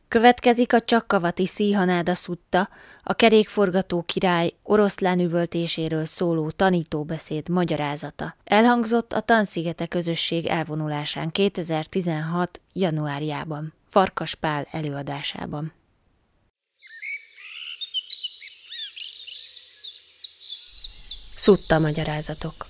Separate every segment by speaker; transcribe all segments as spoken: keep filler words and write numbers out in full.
Speaker 1: Következik a Csakkavati Szíhanáda szutta, a kerékforgató király oroszlán üvöltéséről szóló tanítóbeszéd magyarázata. Elhangzott a Tanszigete közösség elvonulásán kétezer-tizenhat. januárjában, Farkas Pál előadásában. Szutta magyarázatok.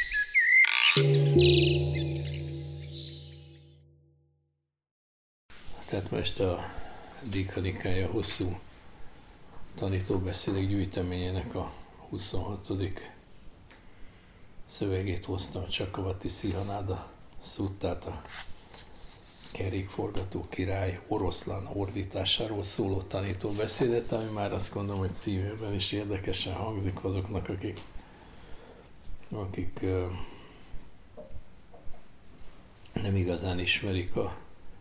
Speaker 2: Tehát most a Dikha Nikája hosszú tanítóbeszédek gyűjteményének a huszonhatodik szövegét hoztam, a Csakkavati Szíhanáda szuttát, a kerékforgató király oroszlán ordításáról szóló tanítóbeszédet, ami már azt gondolom, hogy címében is érdekesen hangzik azoknak, akik, akik uh, nem igazán ismerik a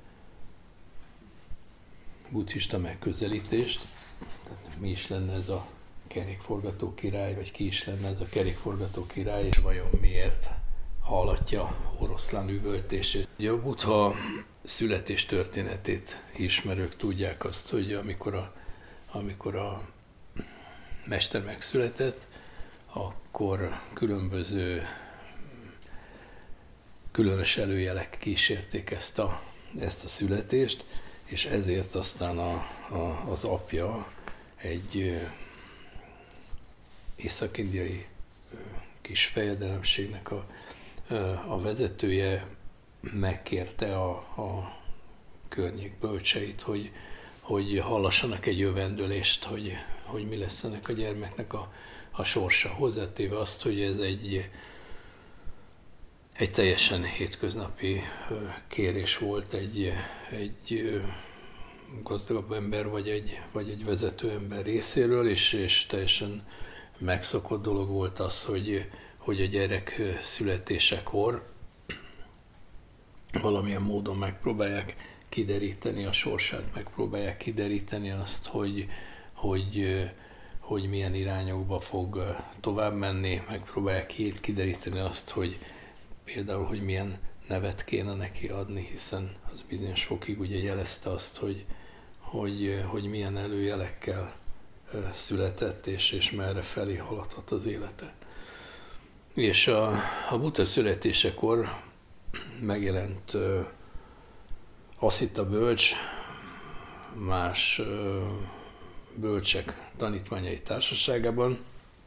Speaker 2: buddhista megközelítést. Tehát mi is lenne ez a kerékforgató király, vagy ki is lenne ez a kerékforgató király, és vajon miért hallatja oroszlán üvöltését. Ugye a Buddha születés történetét ismerők tudják azt, hogy amikor a, amikor a mester megszületett, akkor különböző különös előjelek kísérték ezt a, ezt a születést, és ezért aztán a, a, az apja egy észak-indiai kis fejedelemségnek a, a vezetője megkérte a, a környék bölcseit, hogy, hogy hallassanak egy jövendőlést, hogy, hogy mi lesz ennek a gyermeknek a, a sorsa. Hozzátéve azt, hogy ez egy, egy teljesen hétköznapi kérés volt egy, egy gazdagabb ember, vagy egy, vagy egy vezető ember részéről, és, és teljesen megszokott dolog volt az, hogy, hogy a gyerek születésekor valamilyen módon megpróbálják kideríteni a sorsát, megpróbálják kideríteni azt, hogy, hogy, hogy milyen irányokba fog tovább menni, megpróbálják kideríteni azt, hogy például, hogy milyen nevet kéne neki adni, hiszen az bizonyos fokig ugye jelezte azt, hogy, hogy, hogy milyen előjelekkel született, és, és merre felé haladhat az élete. És a, a Buddha születésekor megjelent uh, Aszita bölcs, más uh, bölcsek tanítványai társaságában.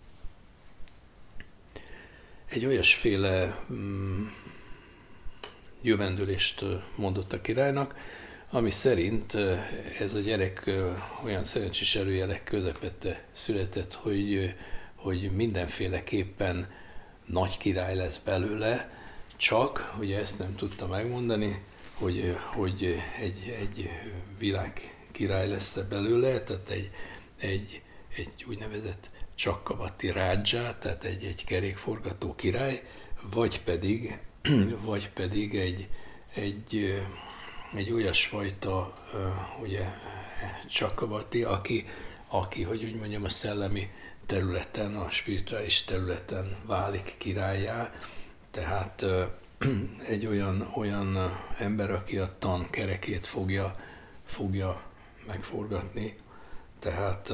Speaker 2: Egy olyasféle um, jövendőlést mondott a királynak, ami szerint ez a gyerek olyan szerencsés előjelek közepette született, hogy, hogy mindenféleképpen nagy király lesz belőle, csak, ugye ezt nem tudta megmondani, hogy, hogy egy, egy világ király lesz belőle, tehát egy, egy, egy úgynevezett Csakkavati rádzsá, tehát egy, egy kerékforgató király, vagy pedig, vagy pedig egy, egy, egy olyasfajta ugye, Csakkavati, aki, aki, hogy úgy mondjam, a szellemi területen, a spirituális területen válik királlyá, tehát egy olyan, olyan ember, aki a tan kerekét fogja, fogja megforgatni, tehát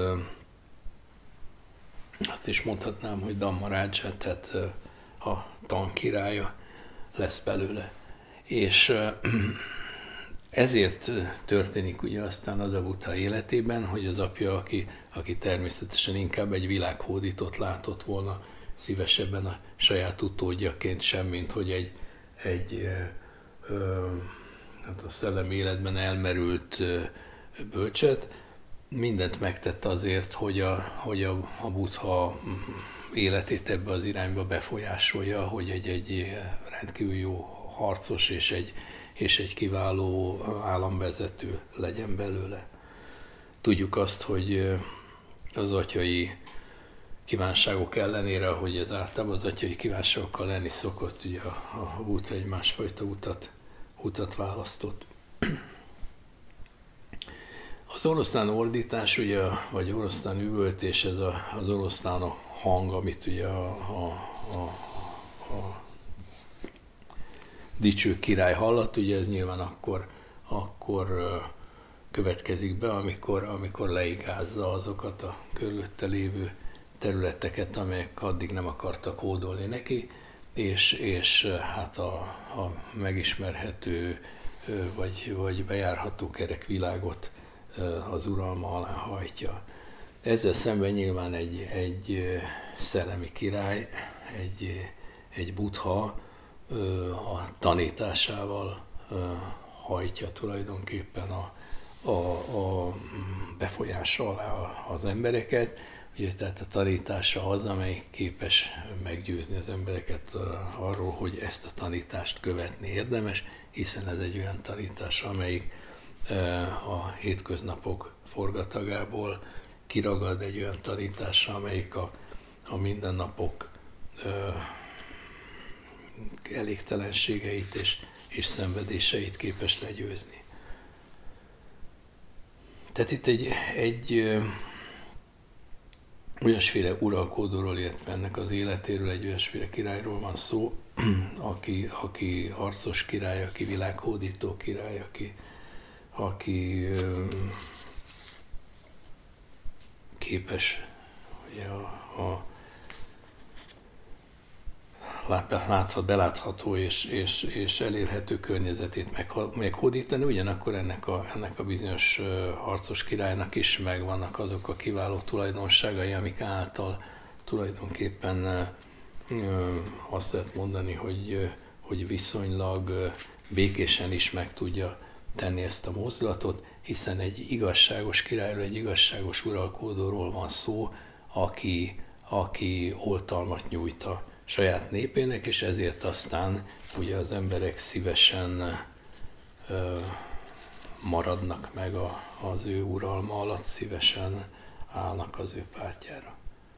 Speaker 2: azt is mondhatnám, hogy Dhammarádzsa, tehát a tan királya lesz belőle. És ezért történik ugye aztán az a Buddha életében, hogy az apja, aki, aki természetesen inkább egy világhódítót látott volna szívesebben a saját utódjaként sem, mint hogy egy, egy ö, hát a szellemi életben elmerült ö, bölcset, mindent megtett azért, hogy a, hogy a, a Buddha életét ebbe az irányba befolyásolja, hogy egy, egy rendkívül jó harcos és egy, és egy kiváló államvezető legyen belőle. Tudjuk azt, hogy az atyai kívánságok ellenére, hogy ez általában az atyai kívánságokkal lenni szokott, ugye a, a Buddha egy másfajta utat, utat választott. Az oroszlán ordítás, ugye, vagy oroszlán üvöltés, ez a, az oroszlán a hang, amit ugye a, a, a, a dicső király hallat, ugye ez nyilván akkor, akkor következik be, amikor, amikor leigázza azokat a körülötte lévő területeket, amelyek addig nem akartak kódolni neki, és, és hát a, a megismerhető vagy, vagy bejárható kerekvilágot az uralma alá hajtja. Ezzel szemben nyilván egy, egy szellemi király, egy, egy Buddha a tanításával hajtja tulajdonképpen a, a, a befolyása alá az embereket. Ugye, tehát a tanítása az, amely képes meggyőzni az embereket arról, hogy ezt a tanítást követni érdemes, hiszen ez egy olyan tanítás, amelyik a hétköznapok forgatagából kiragad egy olyan tanításra, amelyik a, a mindennapok elégtelenségeit és, és szenvedéseit képes legyőzni. Tehát itt egy, egy olyasféle uralkodóról, illetve ennek az életéről, egy olyasféle királyról van szó, aki, aki harcos király, aki világhódító király, aki, aki képes ugye, a, a láthat, belátható és, és, és elérhető környezetét meghódítani, ugyanakkor ennek a, ennek a bizonyos harcos királynak is megvannak azok a kiváló tulajdonságai, amik által tulajdonképpen azt lehet mondani, hogy, hogy viszonylag békésen is meg tudja tenni ezt a mozdulatot, hiszen egy igazságos királyról, egy igazságos uralkodóról van szó, aki, aki oltalmat nyújt a saját népének, és ezért aztán ugye az emberek szívesen ö, maradnak meg a, az ő uralma alatt, szívesen állnak az ő pártjára.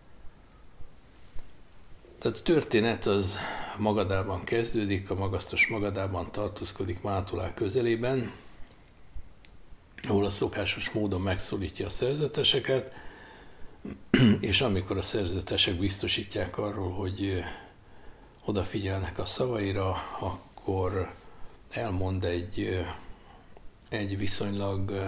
Speaker 2: Tehát a történet az Magadában kezdődik, a magasztos Magadában tartózkodik Mátulá közelében, ahol a szokásos módon megszólítja a szerzeteseket, és amikor a szerzetesek biztosítják arról, hogy odafigyelnek a szavaira, akkor elmond egy, egy viszonylag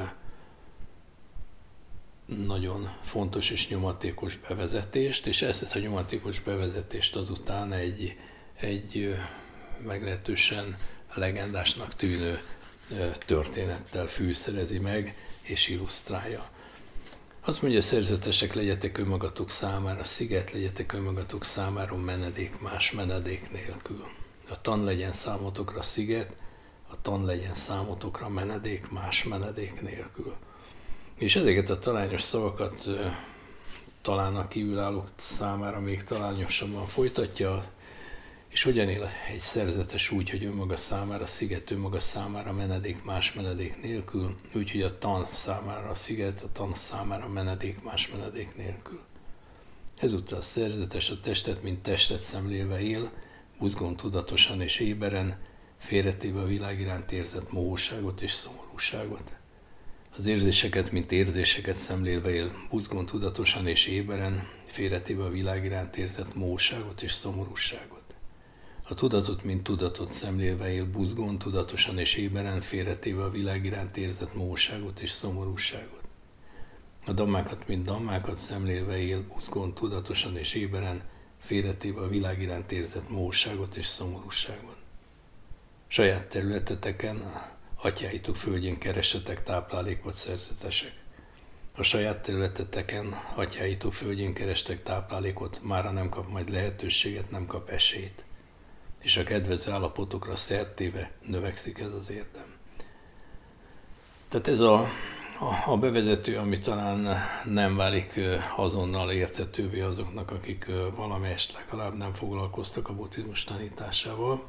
Speaker 2: nagyon fontos és nyomatékos bevezetést, és ezt a nyomatékos bevezetést azután egy, egy meglehetősen legendásnak tűnő történettel fűszerezi meg és illusztrálja. Azt mondja, szerzetesek, legyetek önmagatok számára sziget, legyetek önmagatok számára menedék más menedék nélkül. A tan legyen számotokra sziget, a tan legyen számotokra menedék más menedék nélkül. És ezeket a talányos szavakat talán a kívülállók számára még talányosabban folytatja, és hogyan él egy szerzetes úgy, hogy önmaga számára sziget, önmaga számára menedék más menedék nélkül, úgyhogy a tan számára a sziget, a tan számára menedék más menedék nélkül. Ezúttal a szerzetes a testet, mint testet szemlélve él, buzgón tudatosan és éberen, félretéve a világ iránt érzett mohóságot és szomorúságot. Az érzéseket, mint érzéseket szemlélve él, buzgón tudatosan és éberen, félretéve a világ iránt érzett mohóságot és szomorúságot. A tudatot, mint tudatot szemlélve él, buzgón tudatosan és éberen, félretéve a világ iránt érzett mohóságot és szomorúságot. A dammákat, mint dammákat szemlélve él, buzgón tudatosan és éberen, félretéve a világ iránt érzett mohóságot és szomorúságot. Saját területeteken, atyáitok földjén keresetek táplálékot, szerzetesek. A saját területeteken, atyáitok földjén kerestek táplálékot, mára nem kap majd lehetőséget, nem kap esélyt. És a kedvező állapotokra szertéve növekszik ez az érdem. Tehát ez a, a, a bevezető, ami talán nem válik azonnal érthetővé azoknak, akik valamelyest legalább nem foglalkoztak a buddhizmus tanításával.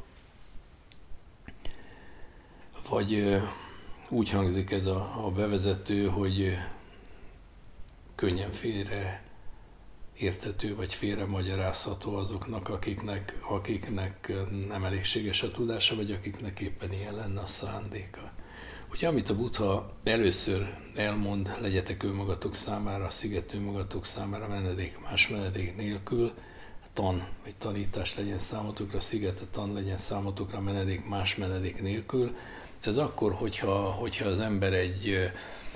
Speaker 2: Vagy úgy hangzik ez a, a bevezető, hogy könnyen félre érthető vagy félre magyarázható azoknak, akiknek, akiknek nem elégséges a tudása, vagy akiknek éppen ilyen lenne a szándéka. Ugye, amit a Buddha először elmond, legyetek önmagatok számára, sziget önmagatok számára, menedék más menedék nélkül, tan vagy tanítás legyen számotokra, sziget, a tan legyen számotokra, menedék más menedék nélkül. Ez akkor, hogyha, hogyha az ember egy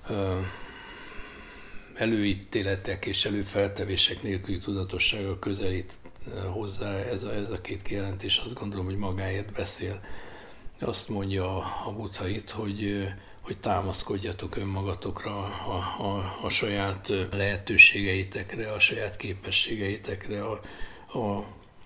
Speaker 2: előítéletek és előfeltevések nélküli tudatossággal közelít hozzá ez a, ez a két kijelentés. Azt gondolom, hogy magáért beszél. Azt mondja a Buddha itt, hogy, hogy támaszkodjatok önmagatokra, a, a, a saját lehetőségeitekre, a saját képességeitekre, a, a,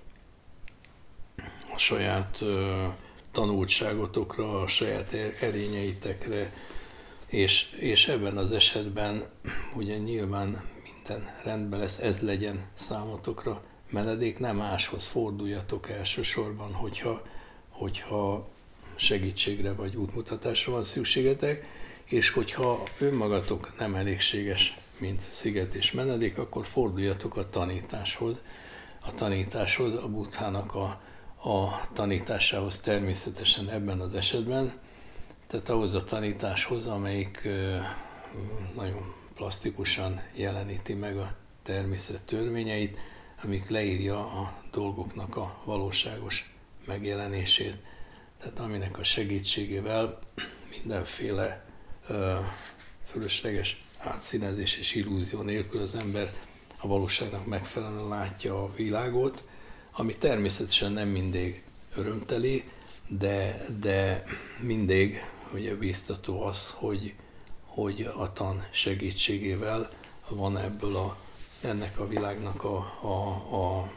Speaker 2: a saját tanultságotokra, a saját erényeitekre, és, és ebben az esetben ugye nyilván minden rendben lesz, ez legyen számotokra menedék, nem máshoz forduljatok elsősorban, hogyha, hogyha segítségre vagy útmutatásra van szükségetek, és hogyha önmagatok nem elégséges, mint sziget és menedék, akkor forduljatok a tanításhoz. A tanításhoz, a Buddhának a, a tanításához természetesen ebben az esetben, tehát ahhoz a tanításhoz, amelyik nagyon plastikusan jeleníti meg a természet törvényeit, amik leírja a dolgoknak a valóságos megjelenését. Tehát aminek a segítségével mindenféle ö, fölösleges átszínezés és illúzió nélkül az ember a valóságnak megfelelően látja a világot, ami természetesen nem mindig örömteli, de, de mindig ugye biztató az, hogy, hogy a tan segítségével van ebből a, ennek a világnak a, a, a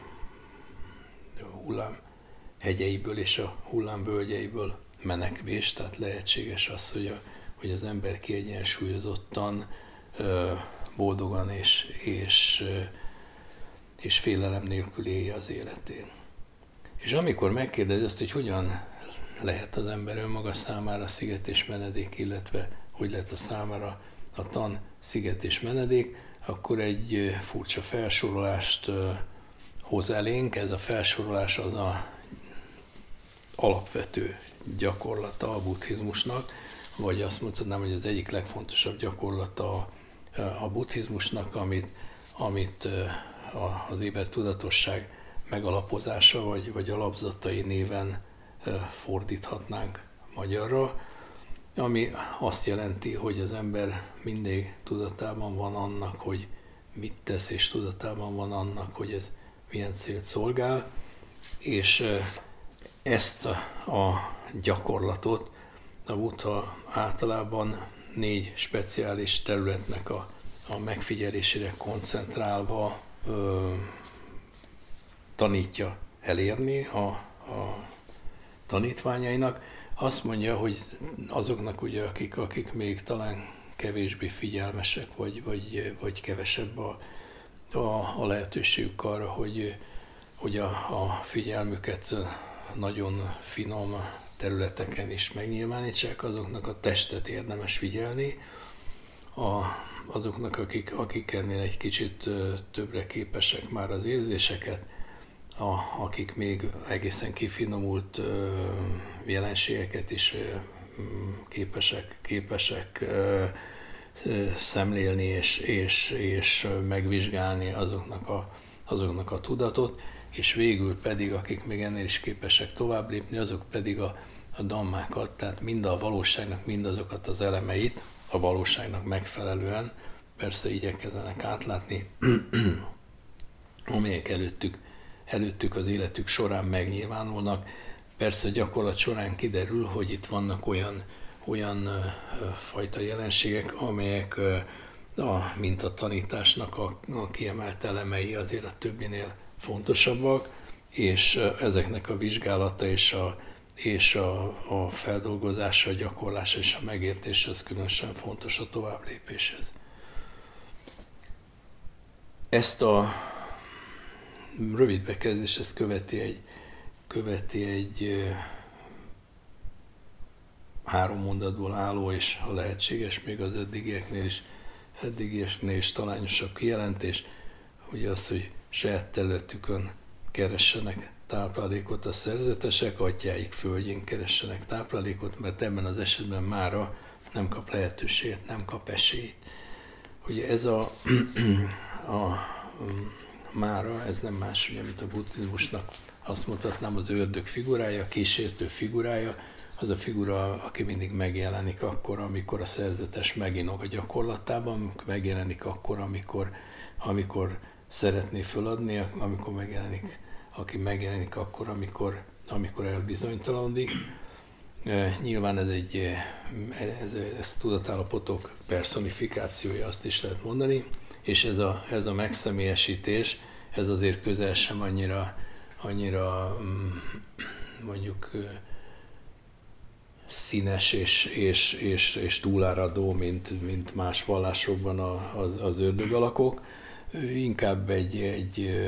Speaker 2: hullám hegyeiből és a hullámvölgyeiből menekvés, tehát lehetséges az, hogy, a, hogy az ember kiegyensúlyozottan, boldogan és, és, és félelem nélkül élje az életét. És amikor megkérdezi azt, hogy hogyan lehet az ember önmaga számára sziget és menedék, illetve hogy lehet a számára a tan sziget és menedék, akkor egy furcsa felsorolást hoz elénk. Ez a felsorolás az a alapvető gyakorlata a buddhizmusnak, vagy azt mondhatnám, hogy az egyik legfontosabb gyakorlata a buddhizmusnak, amit, amit az éber tudatosság megalapozása, vagy, vagy alapzatai néven fordíthatnánk magyarra, ami azt jelenti, hogy az ember mindig tudatában van annak, hogy mit tesz, és tudatában van annak, hogy ez milyen célt szolgál, és ezt a gyakorlatot a Buddha általában négy speciális területnek a, a megfigyelésére koncentrálva ö, tanítja elérni a, a tanítványainak. Azt mondja, hogy azoknak, ugye, akik, akik még talán kevésbé figyelmesek, vagy, vagy, vagy kevesebb a, a, a lehetőségük arra, hogy, hogy a, a figyelmüket nagyon finom területeken is megnyilvánítsák, azoknak a testet érdemes figyelni. A, azoknak, akik, akik ennél egy kicsit többre képesek már az érzéseket, a, akik még egészen kifinomult ö, jelenségeket is ö, képesek, képesek ö, ö, szemlélni és, és, és megvizsgálni azoknak a, azoknak a tudatot, és végül pedig, akik még ennél is képesek tovább lépni, azok pedig a, a dammákat, tehát mind a valóságnak, mindazokat az elemeit a valóságnak megfelelően, persze igyekezzenek átlátni, amelyek előttük előttük az életük során megnyilvánulnak. Persze a gyakorlat során kiderül, hogy itt vannak olyan, olyan fajta jelenségek, amelyek a, mint a tanításnak a, a kiemelt elemei azért a többinél fontosabbak, és ezeknek a vizsgálata és a, és a, a feldolgozása, a gyakorlása és a megértése az különösen fontos a továbblépéshez. Ezt a rövid bekezdés, ez követi egy, követi egy három mondatból álló, és ha lehetséges, még az eddigieknél is, eddigieknél is talányosabb kijelentés, hogy az, hogy saját területükön keressenek táplálékot a szerzetesek, atyáik földjén keressenek táplálékot, mert ebben az esetben mára nem kap lehetőséget, nem kap esélyt. Ugye ez a, a mára, ez nem más, ugye, mint a buddhizmusnak azt mondhatnám az ördög figurája, a kísértő figurája, az a figura, aki mindig megjelenik akkor, amikor a szerzetes meginog a gyakorlatában, megjelenik akkor, amikor, amikor szeretné föladni, amikor megjelenik, aki megjelenik akkor, amikor, amikor elbizonytalanodik. Nyilván ez egy ez, ez a tudatállapotok personifikációja, azt is lehet mondani, és ez a, ez a megszemélyesítés, ez azért közel sem annyira, annyira mondjuk színes és, és, és, és túláradó, mint, mint más vallásokban a, az, az ördögalakok. Inkább egy, egy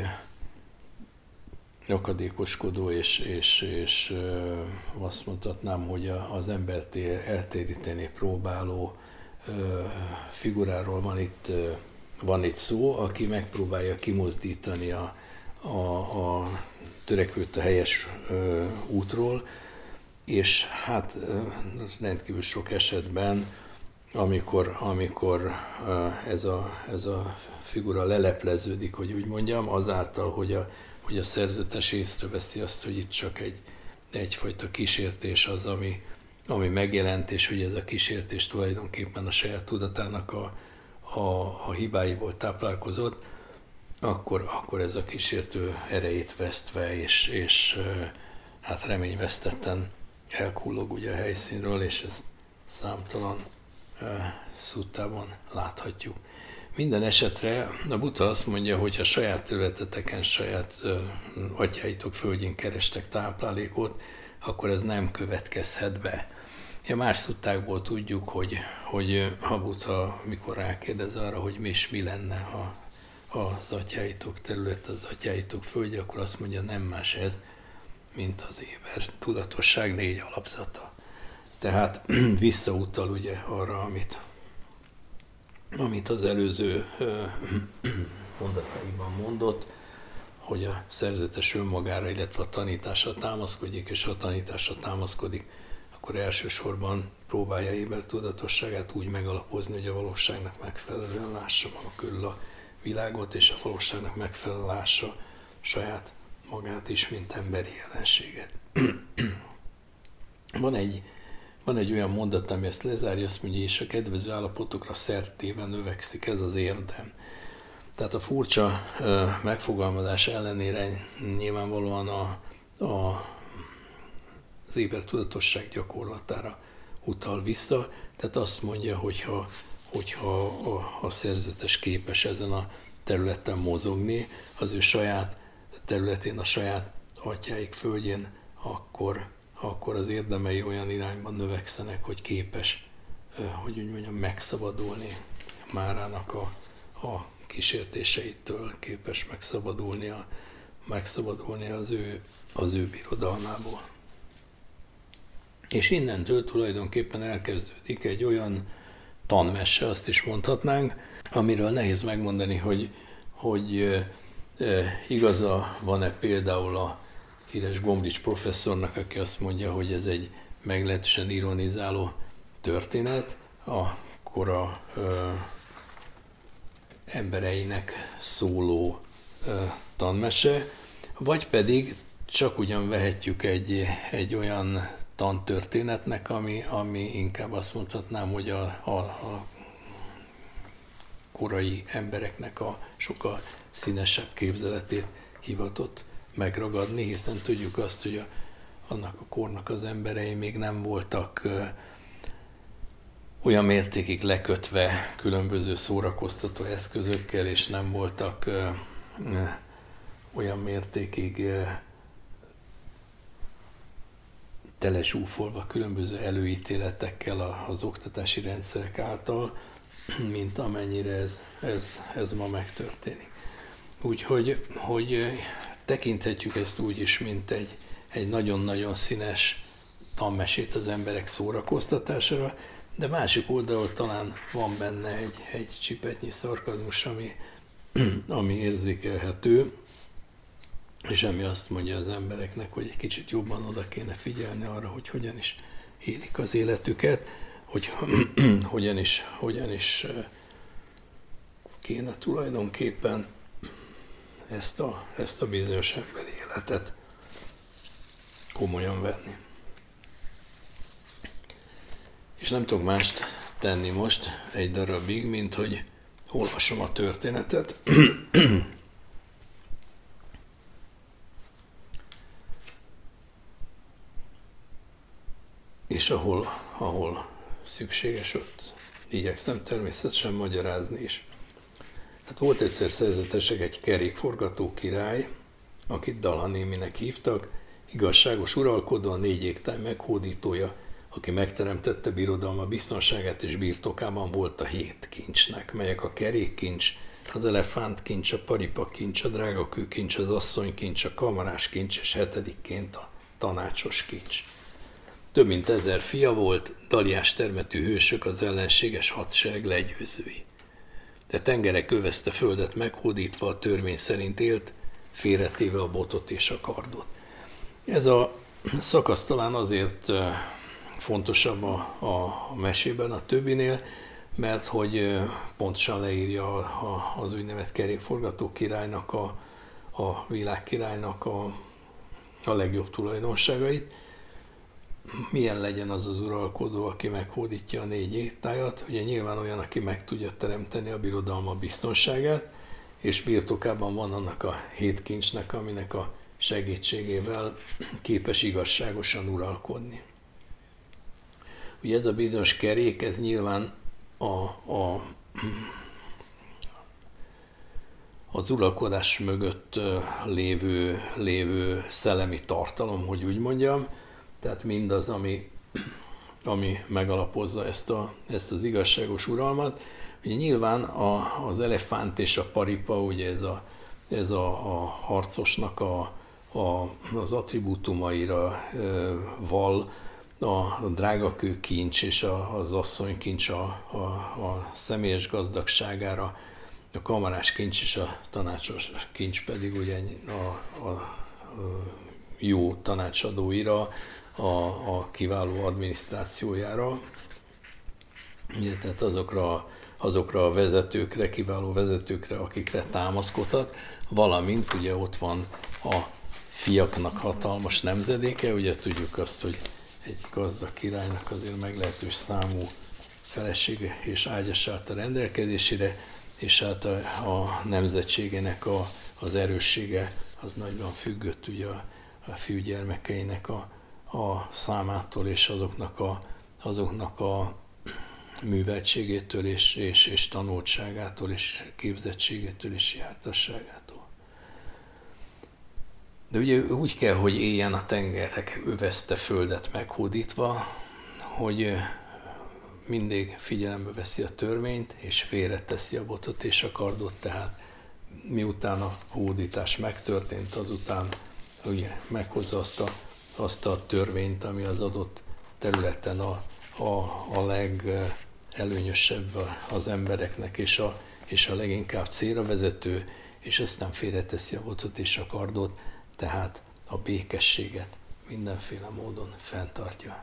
Speaker 2: akadékoskodó, és, és, és azt mondhatnám, hogy az embert eltéríteni próbáló figuráról van itt, van itt szó, aki megpróbálja kimozdítani a, a, a törekvőt a helyes útról, és hát rendkívül sok esetben, amikor, amikor ez, a, ez a figura lelepleződik, hogy úgy mondjam, azáltal, hogy a, hogy a szerzetes észreveszi azt, hogy itt csak egy, egyfajta kísértés az, ami, ami megjelent, és hogy ez a kísértés tulajdonképpen a saját tudatának a, a, a hibáiból táplálkozott, akkor, akkor ez a kísértő erejét vesztve, és, és hát reményvesztetten elkullog ugye a helyszínről, és ezt számtalan uh, szuttában láthatjuk. Minden esetre a Buddha azt mondja, hogy ha saját területeteken, saját uh, atyáitok földjén kerestek táplálékot, akkor ez nem következhet be. Ja, más szuttákból tudjuk, hogy, hogy a Buddha, mikor rákérdez arra, hogy mi is mi lenne, ha az atyáitok terület, az atyáitok földje, akkor azt mondja, nem más ez, mint az éber tudatosság négy alapzata. Tehát visszautal ugye arra, amit, amit az előző mondataiban mondott, hogy a szerzetes önmagára, illetve a tanításra támaszkodik, és ha a tanításra támaszkodik, akkor elsősorban próbálja éber tudatosságát úgy megalapozni, hogy a valóságnak megfelelően lássa maga körül a világot, és a valóságnak megfelelően lássa saját magát is, mint emberi jelenséget. van, egy, van egy olyan mondat, ami ezt lezárja, azt mondja, és a kedvező állapotokra szertében növekszik ez az érdem. Tehát a furcsa uh, megfogalmazás ellenére nyilvánvalóan a, a, az éber tudatosság gyakorlatára utal vissza, tehát azt mondja, hogyha, hogyha a, a szerzetes képes ezen a területen mozogni, az ő saját területén, a saját atyáik földjén, akkor, akkor az érdemei olyan irányban növekszenek, hogy képes, hogy úgy mondjam, megszabadulni Márának a, a kísértéseitől, képes megszabadulni, a, megszabadulni az, ő, az ő birodalmából. És innentől tulajdonképpen elkezdődik egy olyan tanmesse, azt is mondhatnánk, amiről nehéz megmondani, hogy, hogy igaza van-e például a híres Gombrich professzornak, aki azt mondja, hogy ez egy meglehetősen ironizáló történet, a kora ö, embereinek szóló ö, tanmese, vagy pedig csak ugyan vehetjük egy, egy olyan tantörténetnek, ami, ami inkább azt mondhatnám, hogy a, a, a korai embereknek a sokkal színesebb képzeletét hivatott megragadni, hiszen tudjuk azt, hogy a, annak a kornak az emberei még nem voltak ö, olyan mértékig lekötve különböző szórakoztató eszközökkel, és nem voltak ö, ö, olyan mértékig ö, telezsúfolva különböző előítéletekkel a, az oktatási rendszerek által, mint amennyire ez, ez, ez ma megtörténik. Úgyhogy hogy tekinthetjük ezt úgy is, mint egy, egy nagyon-nagyon színes tanmesét az emberek szórakoztatására, de másik oldalon talán van benne egy, egy csipetnyi szarkazmus, ami, ami érzékelhető, és ami azt mondja az embereknek, hogy egy kicsit jobban oda kéne figyelni arra, hogy hogyan is élik az életüket, hogy hogyan is, hogyan is kéne tulajdonképpen ezt a, ezt a bizonyos emberi életet komolyan venni. És nem tudok mást tenni most egy darabig, mint hogy olvasom a történetet. És ahol, ahol szükséges, ott igyekszem természetesen magyarázni is. Hát volt egyszer szerzetesek egy kerékforgató király, akit Dalhanéminek hívtak, igazságos uralkodó, a négy égtáj meghódítója, aki megteremtette birodalma biztonságát és birtokában volt a hét kincsnek, melyek a kerékkincs, az elefántkincs, a paripakincs, a drágakőkincs, az asszonykincs, a kamaráskincs és hetedikként a tanácsos kincs. Több mint ezer fia volt, Daliás termetű hősök, az ellenséges hadsereg legyőzői. De tengerek övezte földet meghódítva, a törvény szerint élt, félretéve a botot és a kardot. Ez a szakasz talán azért fontosabb a, a mesében a többinél, mert hogy pontosan leírja a, a, az úgynevezett kerékforgató királynak, a, a világkirálynak a, a legjobb tulajdonságait. Milyen legyen az az uralkodó, aki meghódítja a négy égtájat? Ugye nyilván olyan, aki meg tudja teremteni a birodalma biztonságát, és birtokában van annak a hét kincsnek, aminek a segítségével képes igazságosan uralkodni. Ugye ez a bizonyos kerék, ez nyilván a, a, az uralkodás mögött lévő, lévő szellemi tartalom, hogy úgy mondjam, tehát mindaz, ami, ami megalapozza ezt, a, ezt az igazságos uralmat. Ugye nyilván a, az elefánt és a paripa, ugye ez a, ez a, a harcosnak a, a, az attribútumaira e, val, a, a drágakő kincs és a, az asszony kincs a, a, a személyes gazdagságára, a kamarás kincs és a tanácsos kincs pedig ugye a, a, a jó tanácsadóira, a, a kiváló adminisztrációjára, ugye, tehát azokra, azokra a vezetőkre, kiváló vezetőkre, akikre támaszkodhat, valamint ugye ott van a fiaknak hatalmas nemzedéke, ugye tudjuk azt, hogy egy gazdag királynak azért meglehetős számú felesége és ágyas állt a rendelkezésére, és hát a, a nemzetségének a, az erőssége az nagyban függött ugye a, a fiúgyermekeinek a, a számától és azoknak a, azoknak a műveltségétől és, és, és tanultságától és képzettségétől és jártasságától. De ugye úgy kell, hogy éljen a tengerek övezte földet meghódítva, hogy mindig figyelembe veszi a törvényt, és félreteszi a botot és a kardot, tehát miután a hódítás megtörtént, azután ugye meghozza azt a, azt a törvényt, ami az adott területen a, a, a legelőnyösebb az embereknek, és a, és a leginkább célra vezető, és aztán félreteszi a botot és a kardot, tehát a békességet mindenféle módon fenntartja.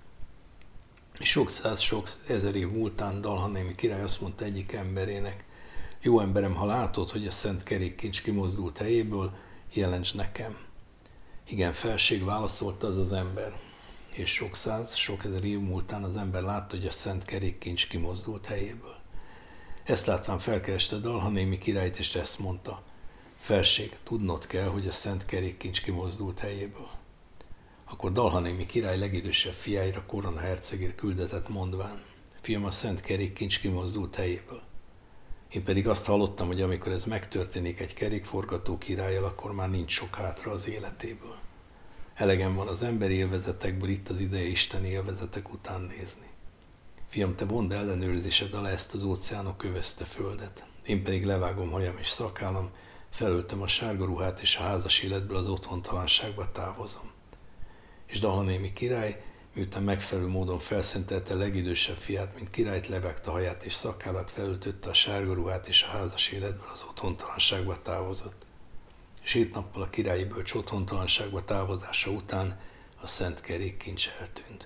Speaker 2: Sok száz, sok ezer év múltán Dalhanémi király azt mondta egyik emberének: jó emberem, ha látod, hogy a szent kerékkincs kimozdult helyéből, jelentsd nekem. Igen, felség, válaszolta az az ember. És sok száz, sok ezer év múltán az ember látta, hogy a szent kerékkincs kimozdult helyéből. Ezt látván felkereste Dalhanémi királyt, és ezt mondta: felség, tudnod kell, hogy a szent kerékkincs kimozdult helyéből. Akkor Dalhanémi király legidősebb fiáira, Korona hercegére küldetett mondván: fiam, a szent kerékkincs kimozdult helyéből. Én pedig azt hallottam, hogy amikor ez megtörténik egy kerékforgató királlyal, akkor már nincs sok hátra az életéből. Elegem van az emberi élvezetekből, itt az ideje isteni élvezetek után nézni. Fiam, te vond ellenőrzésed alá ezt az óceánok övezte földet. Én pedig levágom hajam és szakállam, felöltöm a sárga ruhát, és a házas életből az otthontalanságba távozom. És Dalhanémi király, miután megfelelő módon felszentelte legidősebb fiát, mint királyt, levágta haját és szakállat, felöltötte a sárga ruhát, és a házas életből az otthontalanságba távozott. És hét nappal a királyi bölcs otthontalanságba távozása után a szent kerékkincs eltűnt.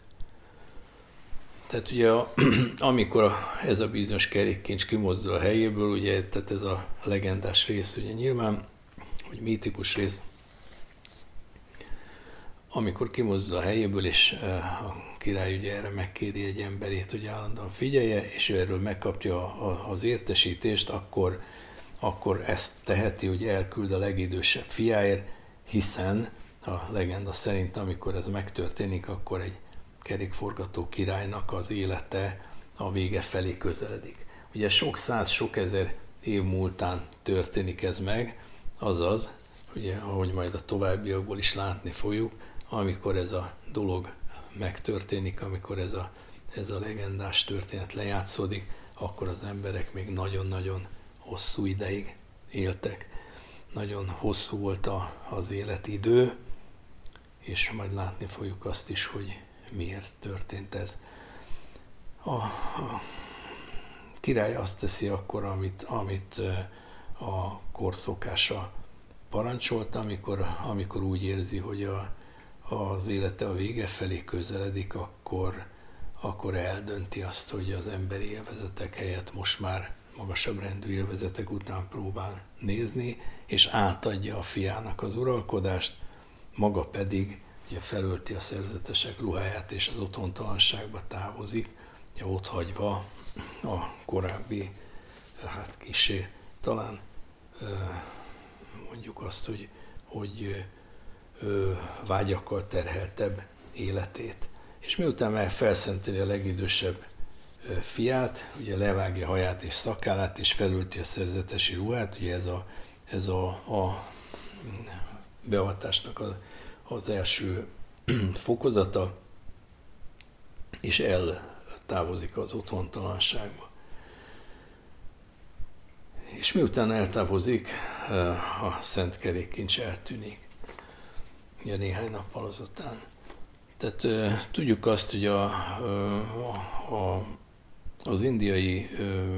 Speaker 2: Tehát ugye a, amikor ez a bizonyos kerékkincs kimozdul a helyéből, ugye, tehát ez a legendás rész, ugye nyilván, vagy mítikus rész, amikor kimozdul a helyéből, és a király ugye erre megkéri egy emberét, hogy állandóan figyelje, és ő erről megkapja az értesítést, akkor, akkor ezt teheti, hogy elküld a legidősebb fiáért, hiszen a legenda szerint, amikor ez megtörténik, akkor egy kerékforgató királynak az élete a vége felé közeledik. Ugye sok száz, sok ezer év múltán történik ez meg, azaz, ugye, ahogy majd a továbbiakból is látni fogjuk, amikor ez a dolog megtörténik, amikor ez a, ez a legendás történet lejátszódik, akkor az emberek még nagyon-nagyon hosszú ideig éltek. Nagyon hosszú volt a, az életidő, és majd látni fogjuk azt is, hogy miért történt ez. A, a király azt teszi akkor, amit, amit a korszokása parancsolta, amikor, amikor úgy érzi, hogy a, az élete a vége felé közeledik, akkor, akkor eldönti azt, hogy az emberi élvezetek helyett most már magasabb rendű élvezetek után próbál nézni, és átadja a fiának az uralkodást, maga pedig ugye felölti a szerzetesek ruháját, és az otthontalanságba távozik, ugye ott hagyva a korábbi, hát kissé talán mondjuk azt, hogy, hogy vágyakkal terheltebb életét. És miután már felszenteli a legidősebb fiát, ugye levágja haját és szakállát, és felölti a szerzetesi ruhát, ugye ez a, ez a, a beavatásnak a, az első fokozata, és eltávozik az otthontalanságba. És miután eltávozik, a szent kerékkincs eltűnik, ugye néhány nappal azután. Tehát uh, tudjuk azt, hogy a, a, a, az indiai uh,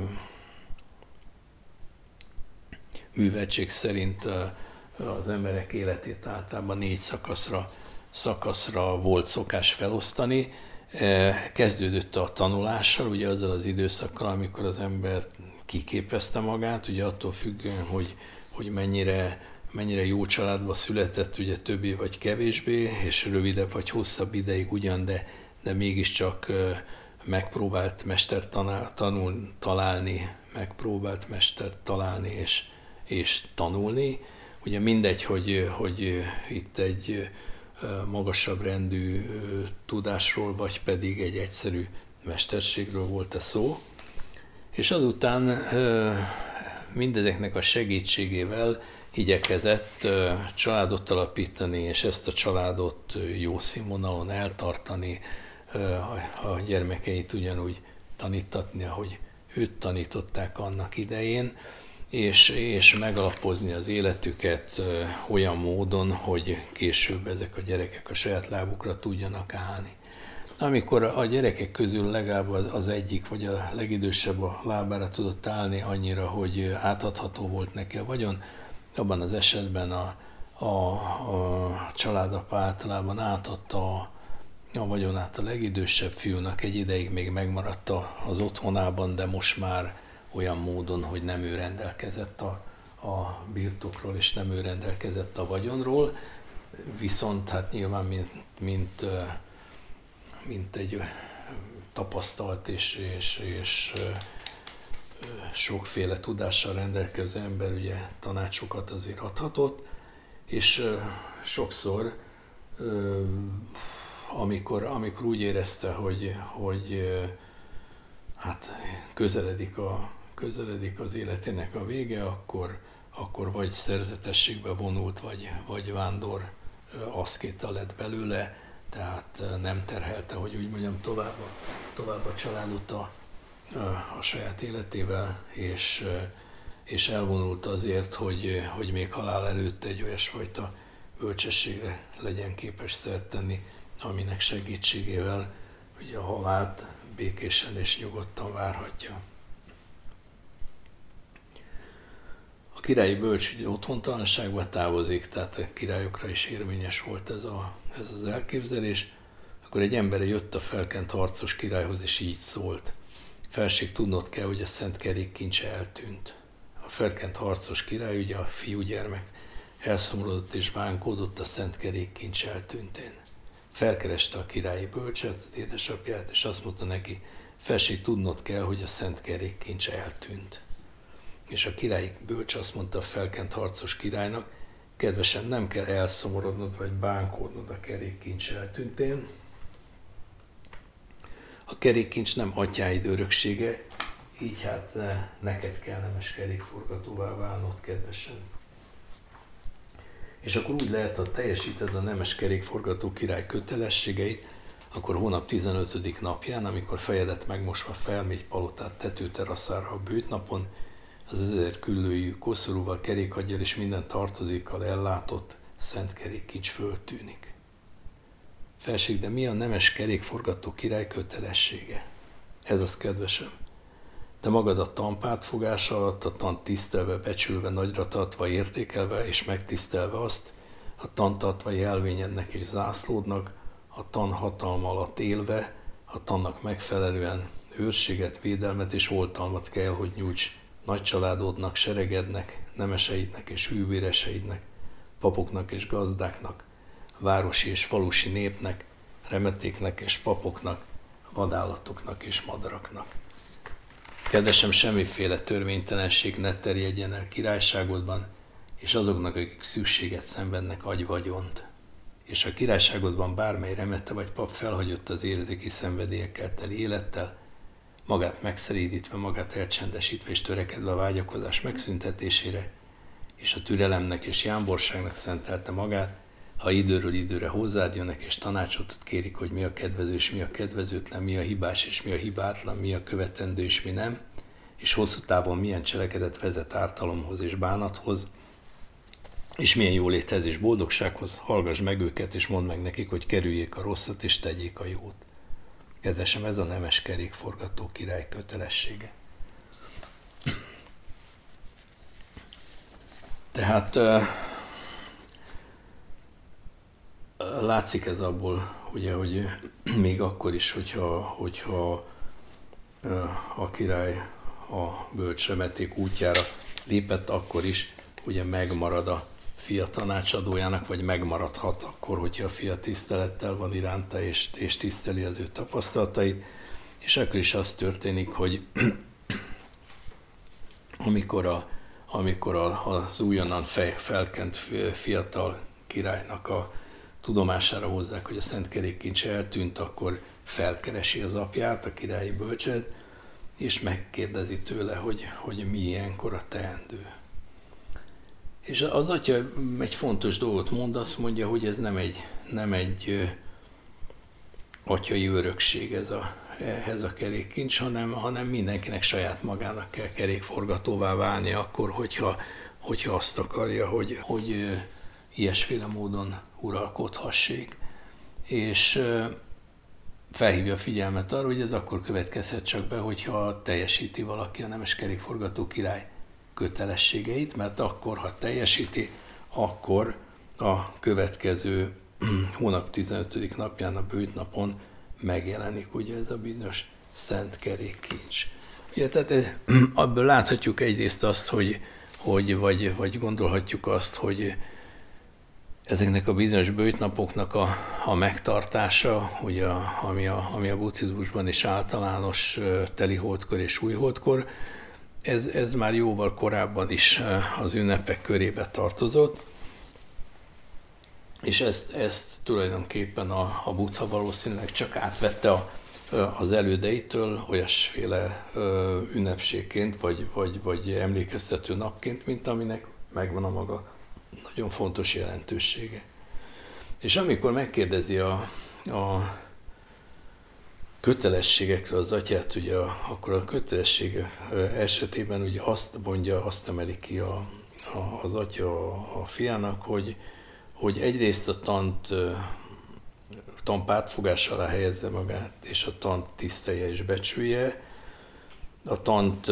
Speaker 2: műveltség szerint uh, az emberek életét általában négy szakaszra, szakaszra volt szokás felosztani. Uh, kezdődött a tanulással, ugye azzal az időszakkal, amikor az ember kiképezte magát, ugye attól függően, hogy, hogy mennyire mennyire jó családba született, ugye többé vagy kevésbé, és rövidebb vagy hosszabb ideig ugyan, de, de mégiscsak megpróbált mestert tanál, tanul, találni, megpróbált mestert találni és, és tanulni. Ugye mindegy, hogy, hogy itt egy magasabb rendű tudásról, vagy pedig egy egyszerű mesterségről volt-e szó. És azután mindezeknek a segítségével igyekezett családot alapítani, és ezt a családot jó színvonalon eltartani, a gyermekeit ugyanúgy tanítatni, ahogy őt tanították annak idején, és, és megalapozni az életüket olyan módon, hogy később ezek a gyerekek a saját lábukra tudjanak állni. Amikor a gyerekek közül legalább az egyik, vagy a legidősebb a lábára tudott állni annyira, hogy átadható volt neki a vagyon, abban az esetben a, a, a családapa általában átadta a, a vagyonát a legidősebb fiúnak, egy ideig még megmaradt az otthonában, de most már olyan módon, hogy nem ő rendelkezett a, a birtokról, és nem ő rendelkezett a vagyonról, viszont hát nyilván mint, mint, mint egy tapasztalt és, és, és sokféle tudással rendelkező ember ugye tanácsokat azért adhatott, és sokszor, amikor, amikor úgy érezte, hogy, hogy hát közeledik, a, közeledik az életének a vége, akkor, akkor vagy szerzetességbe vonult, vagy, vagy vándor aszkéta lett belőle, tehát nem terhelte, hogy úgy mondjam, tovább a, tovább a családot a, a saját életével, és, és elvonult azért, hogy, hogy még halál előtt egy olyasfajta bölcsességre legyen képes szert tenni, aminek segítségével ugye a halált békésen és nyugodtan várhatja. A királyi bölcs ugye otthontalanságba távozik, tehát a királyokra is érvényes volt ez, a, ez az elképzelés. Akkor egy ember jött a felkent harcos királyhoz, és így szólt. Felség, tudnod kell, hogy a szent kerékkincse eltűnt. A felkent harcos király, ugye a fiúgyermek elszomorodott és bánkódott a szent kerékkincs eltűntén. felkereste a királyi bölcset, édesapját, és azt mondta neki, felség, tudnod kell, hogy a szent kerékkincs eltűnt. És a királyi bölcs azt mondta a felkent harcos királynak, kedvesem, nem kell elszomorodnod vagy bánkódnod a kerékkincs eltűntén. A kerékkincs nem atyáid öröksége, így hát neked kell nemes kerékforgatóvá válnod, kedvesem. És akkor úgy lehet, ha teljesíted a nemes kerékforgató király kötelességeit, akkor hónap tizenötödik napján, amikor fejedet megmosva felmégy palotát tetőteraszára a bőtnapon, az ezer küllőjű koszorúval, kerékaggyal és minden tartozékkal ellátott szent kerékkincs föltűnik. Felség, de mi a nemes kerékforgató király kötelessége? Ez az, kedvesem. Te magad a tanpártfogás alatt, a tant tisztelve, becsülve, nagyra tartva, értékelve és megtisztelve azt, a tantartva jelvényednek és zászlódnak, a tan hatalma alatt élve, a tannak megfelelően őrséget, védelmet és oltalmat kell, hogy nyújts nagy családodnak, seregednek, nemeseidnek és hűvéreseidnek, papoknak és gazdáknak, városi és falusi népnek, remetéknek és papoknak, vadállatoknak és madaraknak. Kedvesem, semmiféle törvénytelenség ne terjedjen el királyságodban, és azoknak, akik szükséget szenvednek, adj vagyont. És a királyságodban bármely remete vagy pap felhagyott az érzéki szenvedélyekkel teli élettel, magát megszerídítve, magát elcsendesítve és törekedve a vágyakozás megszüntetésére, és a türelemnek és jámborságnak szentelte magát, ha időről időre hozzád jönnek és tanácsot kérik, hogy mi a kedvező és mi a kedvezőtlen, mi a hibás és mi a hibátlan, mi a követendő és mi nem, és hosszú távon milyen cselekedet vezet ártalomhoz és bánathoz, és milyen jóléthez és boldogsághoz, hallgass meg őket, és mondd meg nekik, hogy kerüljék a rosszat és tegyék a jót. Kedvesem, ez a nemes kerékforgató király kötelessége. Tehát látszik ez abból, ugye, hogy még akkor is, hogyha, hogyha a király a bölcs remeték útjára lépett, akkor is ugye megmarad a fia tanácsadójának, vagy megmaradhat akkor, hogyha a fia tisztelettel van iránta, és, és tiszteli az ő tapasztalatait, és akkor is az történik, hogy amikor, a, amikor a, az újonnan felkent fiatal királynak a tudomására hozzák, hogy a szent kerékkincs eltűnt, akkor felkeresi az apját, a királyi bölcset, és megkérdezi tőle, hogy, hogy mi ilyenkor a teendő. És az atya egy fontos dolgot mond, azt mondja, hogy ez nem egy, nem egy atyai örökség ez a, ez a kerékkincs, hanem, hanem mindenkinek saját magának kell kerékforgatóvá válni akkor, hogyha, hogyha azt akarja, hogy, hogy ilyesféle módon uralkodhassék. És felhívja a figyelmet arra, hogy ez akkor következhet csak be, hogyha teljesíti valaki a nemes kerékforgató király kötelességeit, mert akkor, ha teljesíti, akkor a következő hónap tizenötödik napján, a bőtnapon megjelenik ugye ez a bizonyos szent kerékkincs. Ugye, tehát abból láthatjuk egyrészt azt, hogy, hogy vagy, vagy gondolhatjuk azt, hogy ezeknek a bizonyos bőtnapoknak a, a megtartása, ugye, ami, a, ami a buddhizmusban is általános teliholdkor és újholdkor, ez, ez már jóval korábban is az ünnepek körébe tartozott, és ezt, ezt tulajdonképpen a, a Buddha valószínűleg csak átvette a, az elődeitől olyasféle ünnepségként, vagy, vagy, vagy emlékeztető napként, mint aminek megvan a maga nagyon fontos jelentősége. És amikor megkérdezi a, a kötelességekről az atyát, ugye, akkor a kötelessége esetében ugye azt mondja, azt emeli ki a, a, az atya a, a fiának, hogy, hogy egyrészt a tant, tant pártfogás alá helyezze magát, és a tant tisztelje és becsülje, a tant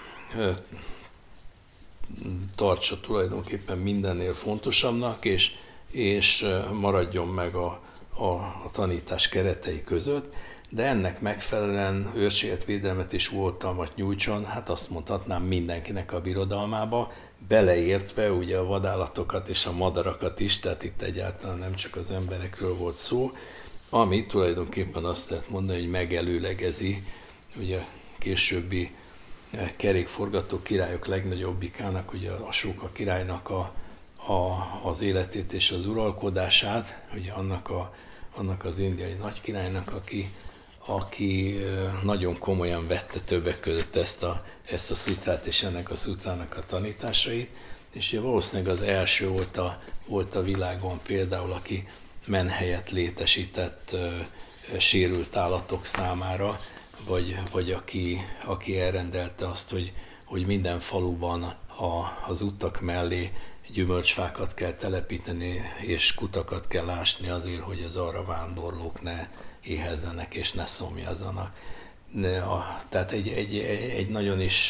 Speaker 2: tartsa tulajdonképpen mindennél fontosabbnak, és, és maradjon meg a, a, a tanítás keretei között, de ennek megfelelően őrséget, védelmet és oltalmat nyújtson, hát azt mondhatnám mindenkinek a birodalmába, beleértve ugye a vadállatokat és a madarakat is, tehát itt egyáltalán nem csak az emberekről volt szó, ami tulajdonképpen azt lehet mondani, hogy megelőlegezi ugye későbbi kerékforgató királyok legnagyobbikának, ugye a Asóka királynak a, a, az életét és az uralkodását, ugye annak, a, annak az indiai nagykirálynak, aki, aki nagyon komolyan vette többek között ezt a, ezt a szutrát és ennek a szutrának a tanításait, és ugye valószínűleg az első volt a, volt a világon például, aki menhelyet létesített ö, sérült állatok számára, vagy, vagy aki, aki elrendelte azt, hogy, hogy minden faluban a, az utak mellé gyümölcsfákat kell telepíteni, és kutakat kell ásni azért, hogy az arra vándorlók ne éhezzenek és ne szomjazzanak. Tehát egy, egy, egy nagyon is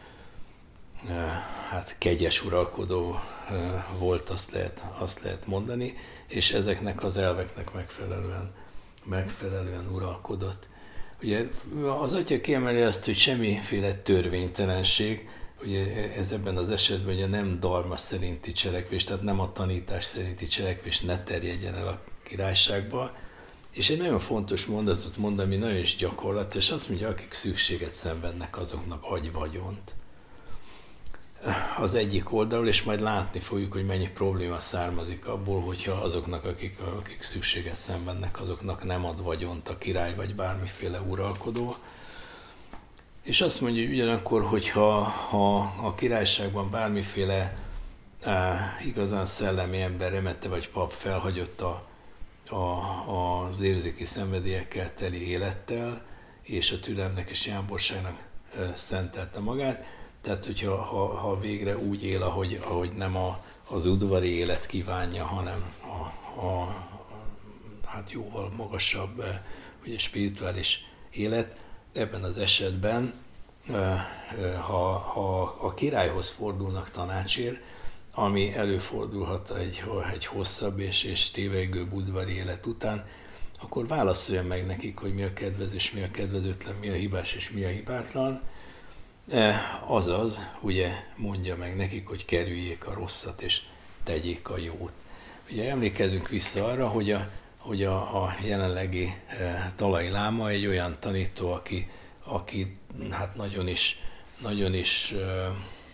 Speaker 2: hát kegyes uralkodó volt, azt lehet, azt lehet mondani, és ezeknek az elveknek megfelelően, megfelelően uralkodott. Ugye az atya kiemeli azt, hogy semmiféle törvénytelenség, ugye ez ebben az esetben ugye nem dharma szerinti cselekvés, tehát nem a tanítás szerinti cselekvés ne terjedjen el a királyságba, és egy nagyon fontos mondatot mond, ami nagyon is gyakorlatos, azt mondja, akik szükséget szenvednek, azoknak adj vagyont. Az egyik oldalról, és majd látni fogjuk, hogy mennyi probléma származik abból, hogyha azoknak, akik, akik szükséget szenvednek, azoknak nem ad vagyont a király, vagy bármiféle uralkodó. És azt mondja, hogy ugyanakkor, hogyha ha a királyságban bármiféle á, igazán szellemi ember, remete vagy pap felhagyott a, a, az érzéki szenvedélyekkel teli élettel, és a türelemnek és jámborságnak e, szentelte magát, tehát, hogyha ha, ha végre úgy él, ahogy, ahogy nem a, az udvari élet kívánja, hanem a, a hát jóval magasabb ugye, spirituális élet, ebben az esetben, ha, ha a királyhoz fordulnak tanácsért, ami előfordulhat egy, egy hosszabb és, és tévegőbb udvari élet után, akkor válaszolja meg nekik, hogy mi a kedvező és mi a kedvezőtlen, mi a hibás és mi a hibátlan. Azaz, ugye mondja meg nekik, hogy kerüljék a rosszat és tegyék a jót. Ugye emlékezzünk vissza arra, hogy a, hogy a, a jelenlegi e, Dalai Láma egy olyan tanító, aki, aki hát nagyon is, nagyon is e,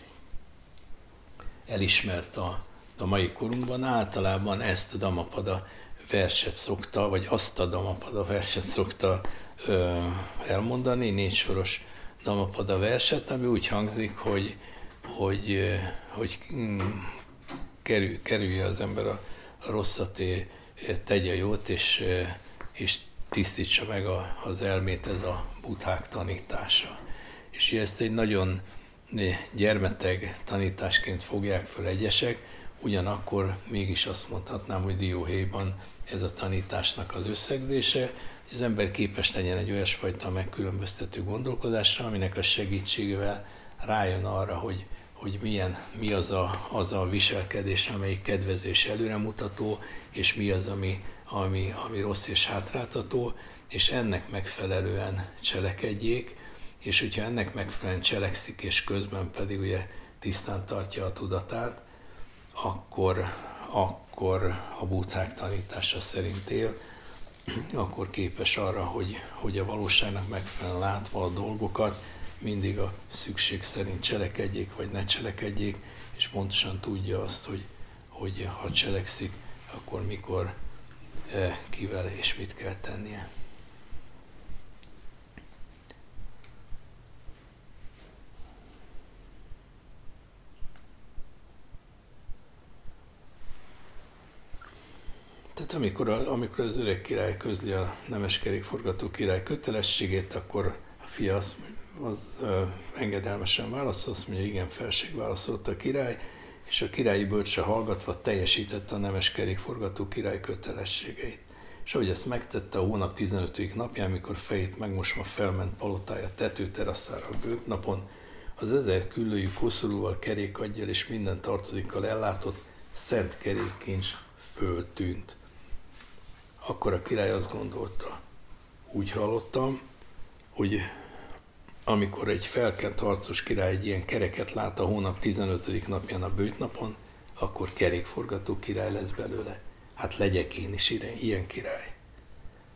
Speaker 2: elismert a, a mai korunkban. Általában ezt a Dhammapada verset szokta, vagy azt a Dhammapada verset szokta e, elmondani, négy soros Dhammapada verset, ami úgy hangzik, hogy, hogy, hogy kerül, kerülje az ember a, a rosszat, tegye a jót, és, és tisztítsa meg a, az elmét, ez a buddhák tanítása. És ezt egy nagyon gyermeteg tanításként fogják föl egyesek, ugyanakkor mégis azt mondhatnám, hogy dióhéjban ez a tanításnak az összegzése, hogy az ember képes legyen egy olyasfajta megkülönböztető gondolkodásra, aminek a segítségével rájön arra, hogy, hogy milyen, mi az a, az a viselkedés, amelyik kedvező és előremutató, és mi az, ami, ami, ami rossz és hátráltató, és ennek megfelelően cselekedjék, és hogyha ennek megfelelően cselekszik, és közben pedig ugye tisztán tartja a tudatát, akkor, akkor a buddhák tanítása szerint él, akkor képes arra, hogy, hogy a valóságnak megfelelően látva a dolgokat, mindig a szükség szerint cselekedjék, vagy ne cselekedjék, és pontosan tudja azt, hogy, hogy ha cselekszik, akkor mikor, kivel és mit kell tennie. Tehát amikor, a, amikor az öreg király közli a nemes kerékforgató király kötelességét, akkor a fia az, az ö, engedelmesen válaszol, azt mondja, igen, felség, válaszolt a király, és a királyi bölcsre hallgatva teljesítette a nemes kerékforgató király kötelességeit. És ahogy ezt megtette a hónap tizenötödik napján, amikor fejét megmosva felment palotája tetőteraszára a bőtnapon, az ezer küllőjű koszorúval, kerékaggyal és minden tartozékkal ellátott szent kerékkincs föltűnt. Akkor a király azt gondolta, úgy hallottam, hogy amikor egy felkent harcos király egy ilyen kereket lát a hónap tizenötödik napján a bőtnapon, akkor kerékforgató király lesz belőle. Hát legyek én is ilyen király.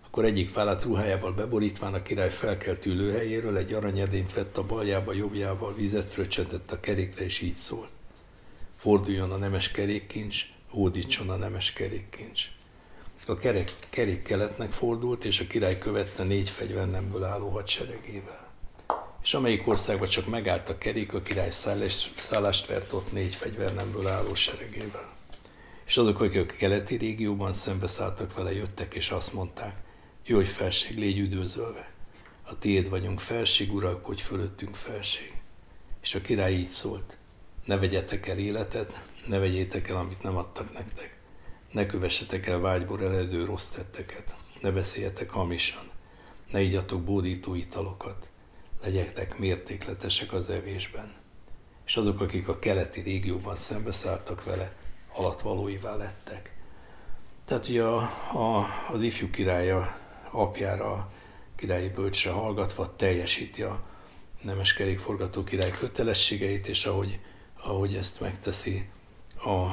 Speaker 2: Akkor egyik vállát ruhájával beborítván a király felkelt ülőhelyéről, egy aranyedényt vett a baljába, jobbjával, vizet fröccsentett a kerékre, és így szólt: forduljon a nemes kerékkincs, hódítson a nemes kerékkincs. A kerék, kerékkeletnek fordult, és a király követte négy fegyvernemből álló hadseregével. És amelyik országban csak megállt a kerék, a király szállást vert ott négy fegyvernemből álló seregével. És azok, akik a keleti régióban szembeszálltak vele, jöttek, és azt mondták: jöjj felség, légy üdvözölve! A tiéd vagyunk, felség, uralkodj fölöttünk, felség! És a király így szólt: ne vegyetek el életet, ne vegyétek el, amit nem adtak nektek. Ne kövessetek el vágyból eredő rossz tetteket, ne beszéljetek hamisan, ne igyatok bódító italokat, legyetek mértékletesek az evésben. És azok, akik a keleti régióban szembeszálltak vele, alatvalóivá lettek. Tehát ugye a, a, az ifjú királya apjára, a királyi bölcsre hallgatva teljesíti a nemes kerékforgató király kötelességeit, és ahogy, ahogy ezt megteszi, a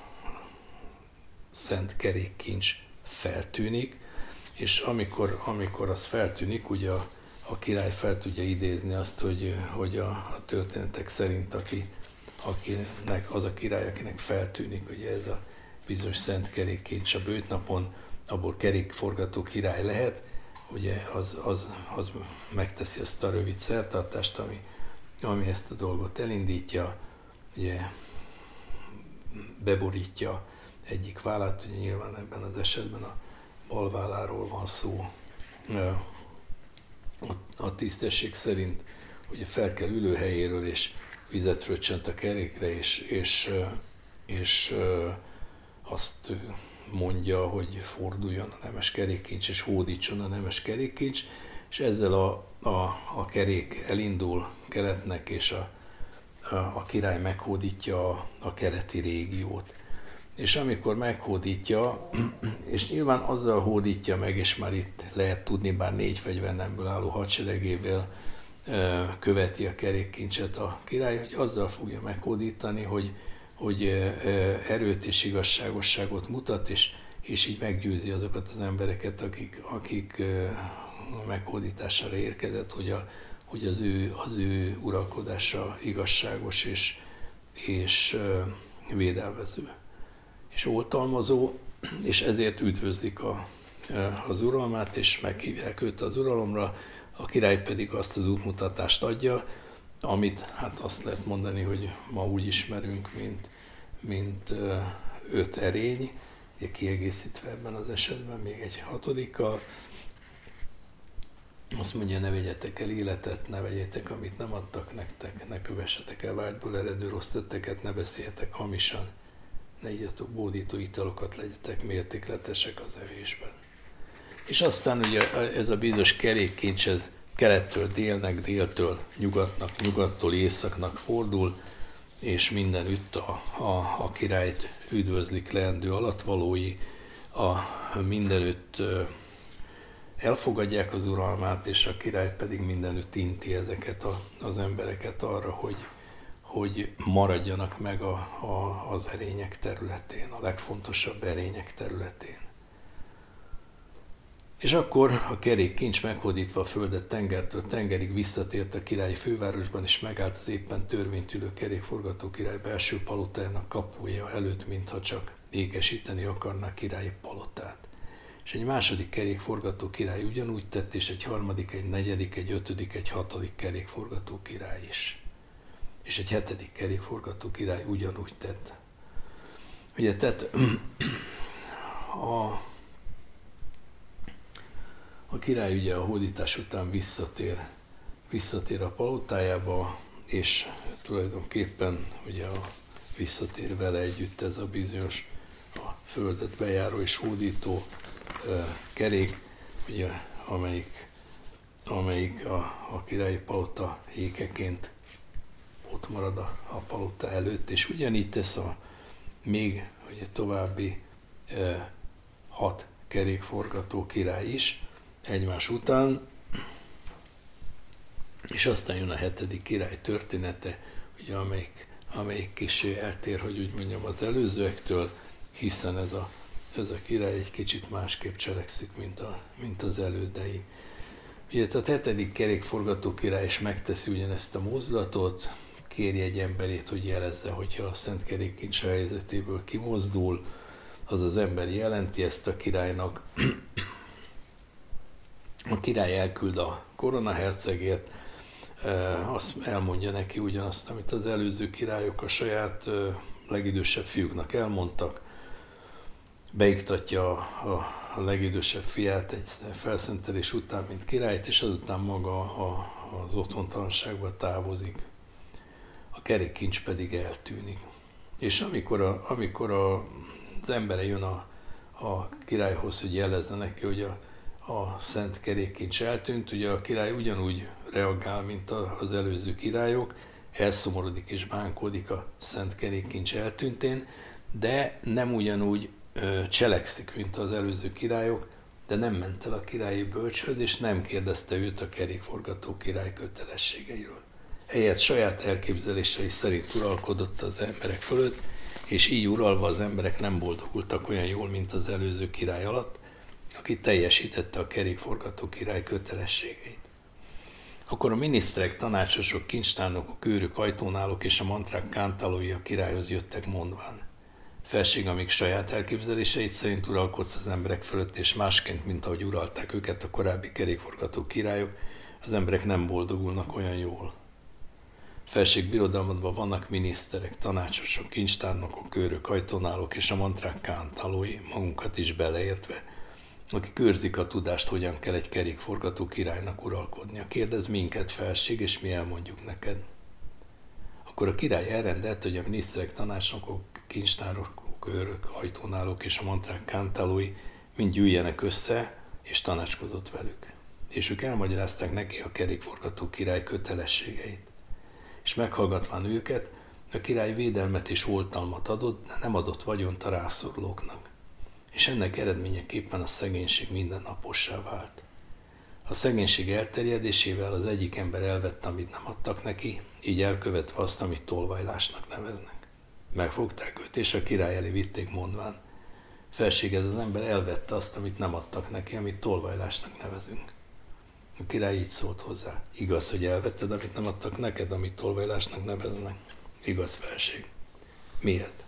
Speaker 2: szent kerékkincs feltűnik, és amikor, amikor az feltűnik, ugye a, a király fel tudja idézni azt, hogy, hogy a, a történetek szerint, aki, akinek az a király, akinek feltűnik, ugye ez a bizonyos szent kerékkincs a bőtnapon, abból kerékforgató király lehet, ugye az, az, az megteszi azt a rövid szertartást, ami, ami ezt a dolgot elindítja, ugye beborítja egyik vállát, ugye nyilván ebben az esetben a bal válláról van szó. A tisztesség szerint ugye fel kell ülőhelyéről, és vizet fröccsent a kerékre, és, és, és azt mondja, hogy forduljon a nemes kerékkincs, és hódítson a nemes kerékkincs, és ezzel a, a, a kerék elindul keletnek, és a, a, a király meghódítja a, a keleti régiót. És amikor meghódítja, és nyilván azzal hódítja meg, és már itt lehet tudni, bár négy fegyvernemből álló hadseregével követi a kerékkincset a király, hogy azzal fogja meghódítani, hogy, hogy erőt és igazságosságot mutat, és, és így meggyőzi azokat az embereket, akik, akik meghódítására érkezett, hogy, a, hogy az, ő, az ő uralkodása igazságos és, és védelmező és oltalmazó, és ezért üdvözlik a, az uralmát, és meghívják őt az uralomra, a király pedig azt az útmutatást adja, amit hát azt lehet mondani, hogy ma úgy ismerünk, mint, mint öt erény, kiegészítve ebben az esetben még egy hatodikkal. Azt mondja, ne vegyetek el életet, ne vegyétek, amit nem adtak nektek, ne kövessetek el vágyból eredő rossz tetteket, ne beszéljetek hamisan, ne igyatok bódító italokat, legyetek mértékletesek az evésben. És aztán ugye ez a bizonyos kerékkincs, ez kelettől délnek, déltől nyugatnak, nyugattól északnak fordul, és mindenütt a, a, a királyt üdvözlik leendő alatvalói, a mindenütt elfogadják az uralmát, és a király pedig mindenütt inti ezeket a, az embereket arra, hogy, hogy maradjanak meg a, a, az erények területén, a legfontosabb erények területén. És akkor a kerékkincs meghódítva a földet tengertől tengerig visszatért a királyi fővárosban, és megállt az éppen törvényt ülő kerékforgató király belső palotájának kapuja előtt, mintha csak ékesíteni akarná a királyi palotát. És egy második kerékforgató király ugyanúgy tett, és egy harmadik, egy negyedik, egy ötödik, egy hatodik kerékforgató király is. És egy hetedik kerékforgató király ugyanúgy tett. Ugye, tehát a, a király ugye a hódítás után visszatér, visszatér a palotájába, és tulajdonképpen ugye a, visszatér vele együtt ez a bizonyos a földet bejáró és hódító kerék, ugye, amelyik, amelyik a, a királyi palota ékeként ott marad a, a palota előtt, és ugyanígy tesz a még ugye, további e, hat kerékforgató király is egymás után, és aztán jön a hetedik király története, ugye, amelyik, amelyik kicsi eltér, hogy úgy mondjam, az előzőektől, hiszen ez a ez a király egy kicsit másképp cselekszik, mint, a, mint az elődei. Ugye, a hetedik kerékforgató király is megteszi ugyanezt a mozdulatot, kéri egy emberét, hogy jelezze, hogyha a szent kerékkincs helyzetéből kimozdul, az az ember jelenti ezt a királynak. A király elküld a koronahercegért, azt elmondja neki ugyanazt, amit az előző királyok a saját legidősebb fiúknak elmondtak, beiktatja a, a, a legidősebb fiát egy felszentelés után, mint királyt, és azután maga a, az otthontalanságba távozik. A kerékkincs pedig eltűnik. És amikor, a, amikor a, az embere jön a, a királyhoz, hogy jelezze neki, hogy a, a szent kerékkincs eltűnt, ugye a király ugyanúgy reagál, mint a, az előző királyok, elszomorodik és bánkódik a szent kerékkincs eltűntén, de nem ugyanúgy ö, cselekszik, mint az előző királyok, de nem ment el a királyi bölcshöz, és nem kérdezte őt a kerékforgató király kötelességeiről. Helyett saját elképzelései szerint uralkodott az emberek fölött, és így uralva az emberek nem boldogultak olyan jól, mint az előző király alatt, aki teljesítette a kerékforgató király kötelességeit. Akkor a miniszterek, tanácsosok, kincstárnokok, őrök, ajtónálók és a mantrák kántálói a királyhoz jöttek mondván: Felség, amíg saját elképzeléseit szerint uralkodsz az emberek fölött, és másként, mint ahogy uralták őket a korábbi kerékforgató királyok, az emberek nem boldogulnak olyan jól. Felség, birodalmadban vannak miniszterek, tanácsosok, kincstárnokok, őrök, ajtónálók és a mantrák kántálói, magunkat is beleértve, akik őrzik a tudást, hogyan kell egy kerékforgató királynak uralkodnia. Kérdezz minket, felség, és mi elmondjuk neked. Akkor a király elrendelt, hogy a miniszterek, tanácsnokok, kincstárnokok, őrök, ajtónálók és a mantrák kántálói mind gyűjjenek össze, és tanácskozott velük. És ők elmagyarázták neki a kerékforgató király kötelességeit. És meghallgatván őket, a király védelmet és oltalmat adott, de nem adott vagyont a rászorulóknak. És ennek eredményeképpen a szegénység mindennapossá vált. A szegénység elterjedésével az egyik ember elvette, amit nem adtak neki, így elkövetve azt, amit tolvajlásnak neveznek. Megfogták őt, és a király elé vitték mondván: Felség, ez az ember elvette azt, amit nem adtak neki, amit tolvajlásnak nevezünk. A király így szólt hozzá: Igaz, hogy elvetted, amit nem adtak neked, amit tolvajlásnak neveznek? Igaz, felség. Miért?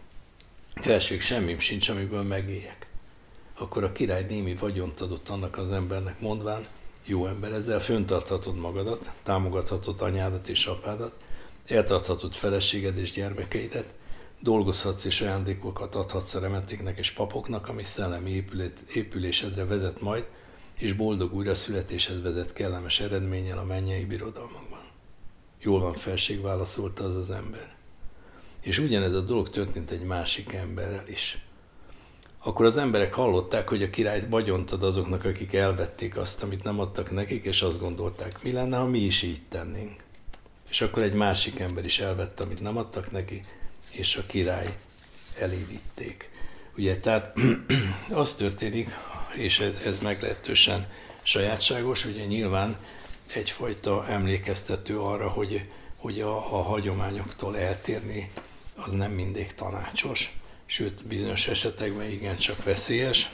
Speaker 2: Felség, semmim sincs, amiből megéljek. Akkor a király némi vagyont adott annak az embernek mondván: Jó ember, ezzel föntarthatod magadat, támogathatod anyádat és apádat, eltarthatod feleséged és gyermekeidet, dolgozhatsz és ajándékokat adhatsz a remetéknek és papoknak, ami szellemi épülésedre vezet majd, és boldog újraszületésed vezet kellemes eredménnyel a mennyei birodalmakban. Jól van, felség, válaszolta az az ember. És ugyanez a dolog történt egy másik emberrel is. Akkor az emberek hallották, hogy a király vagyont ad azoknak, akik elvették azt, amit nem adtak nekik, és azt gondolták, mi lenne, ha mi is így tennénk. És akkor egy másik ember is elvette, amit nem adtak neki, és a király elé vitték. Ugye, tehát az történik, és ez, ez meglehetősen sajátságos, ugye nyilván egyfajta emlékeztető arra, hogy, hogy a, a hagyományoktól eltérni az nem mindig tanácsos, sőt bizonyos esetekben igencsak veszélyes,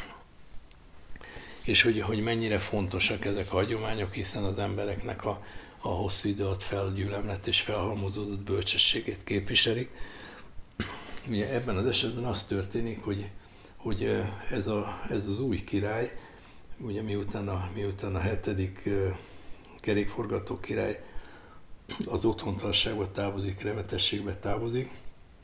Speaker 2: és hogy, hogy mennyire fontosak ezek a hagyományok, hiszen az embereknek a, a hosszú idő alatt felgyűlemlett és felhalmozódott bölcsességét képviselik. Ugye ebben az esetben az történik, hogy, hogy ez, a, ez az új király, ugye miután a, miután a hetedik kerékforgató király az otthontalanságba távozik, remetességbe távozik,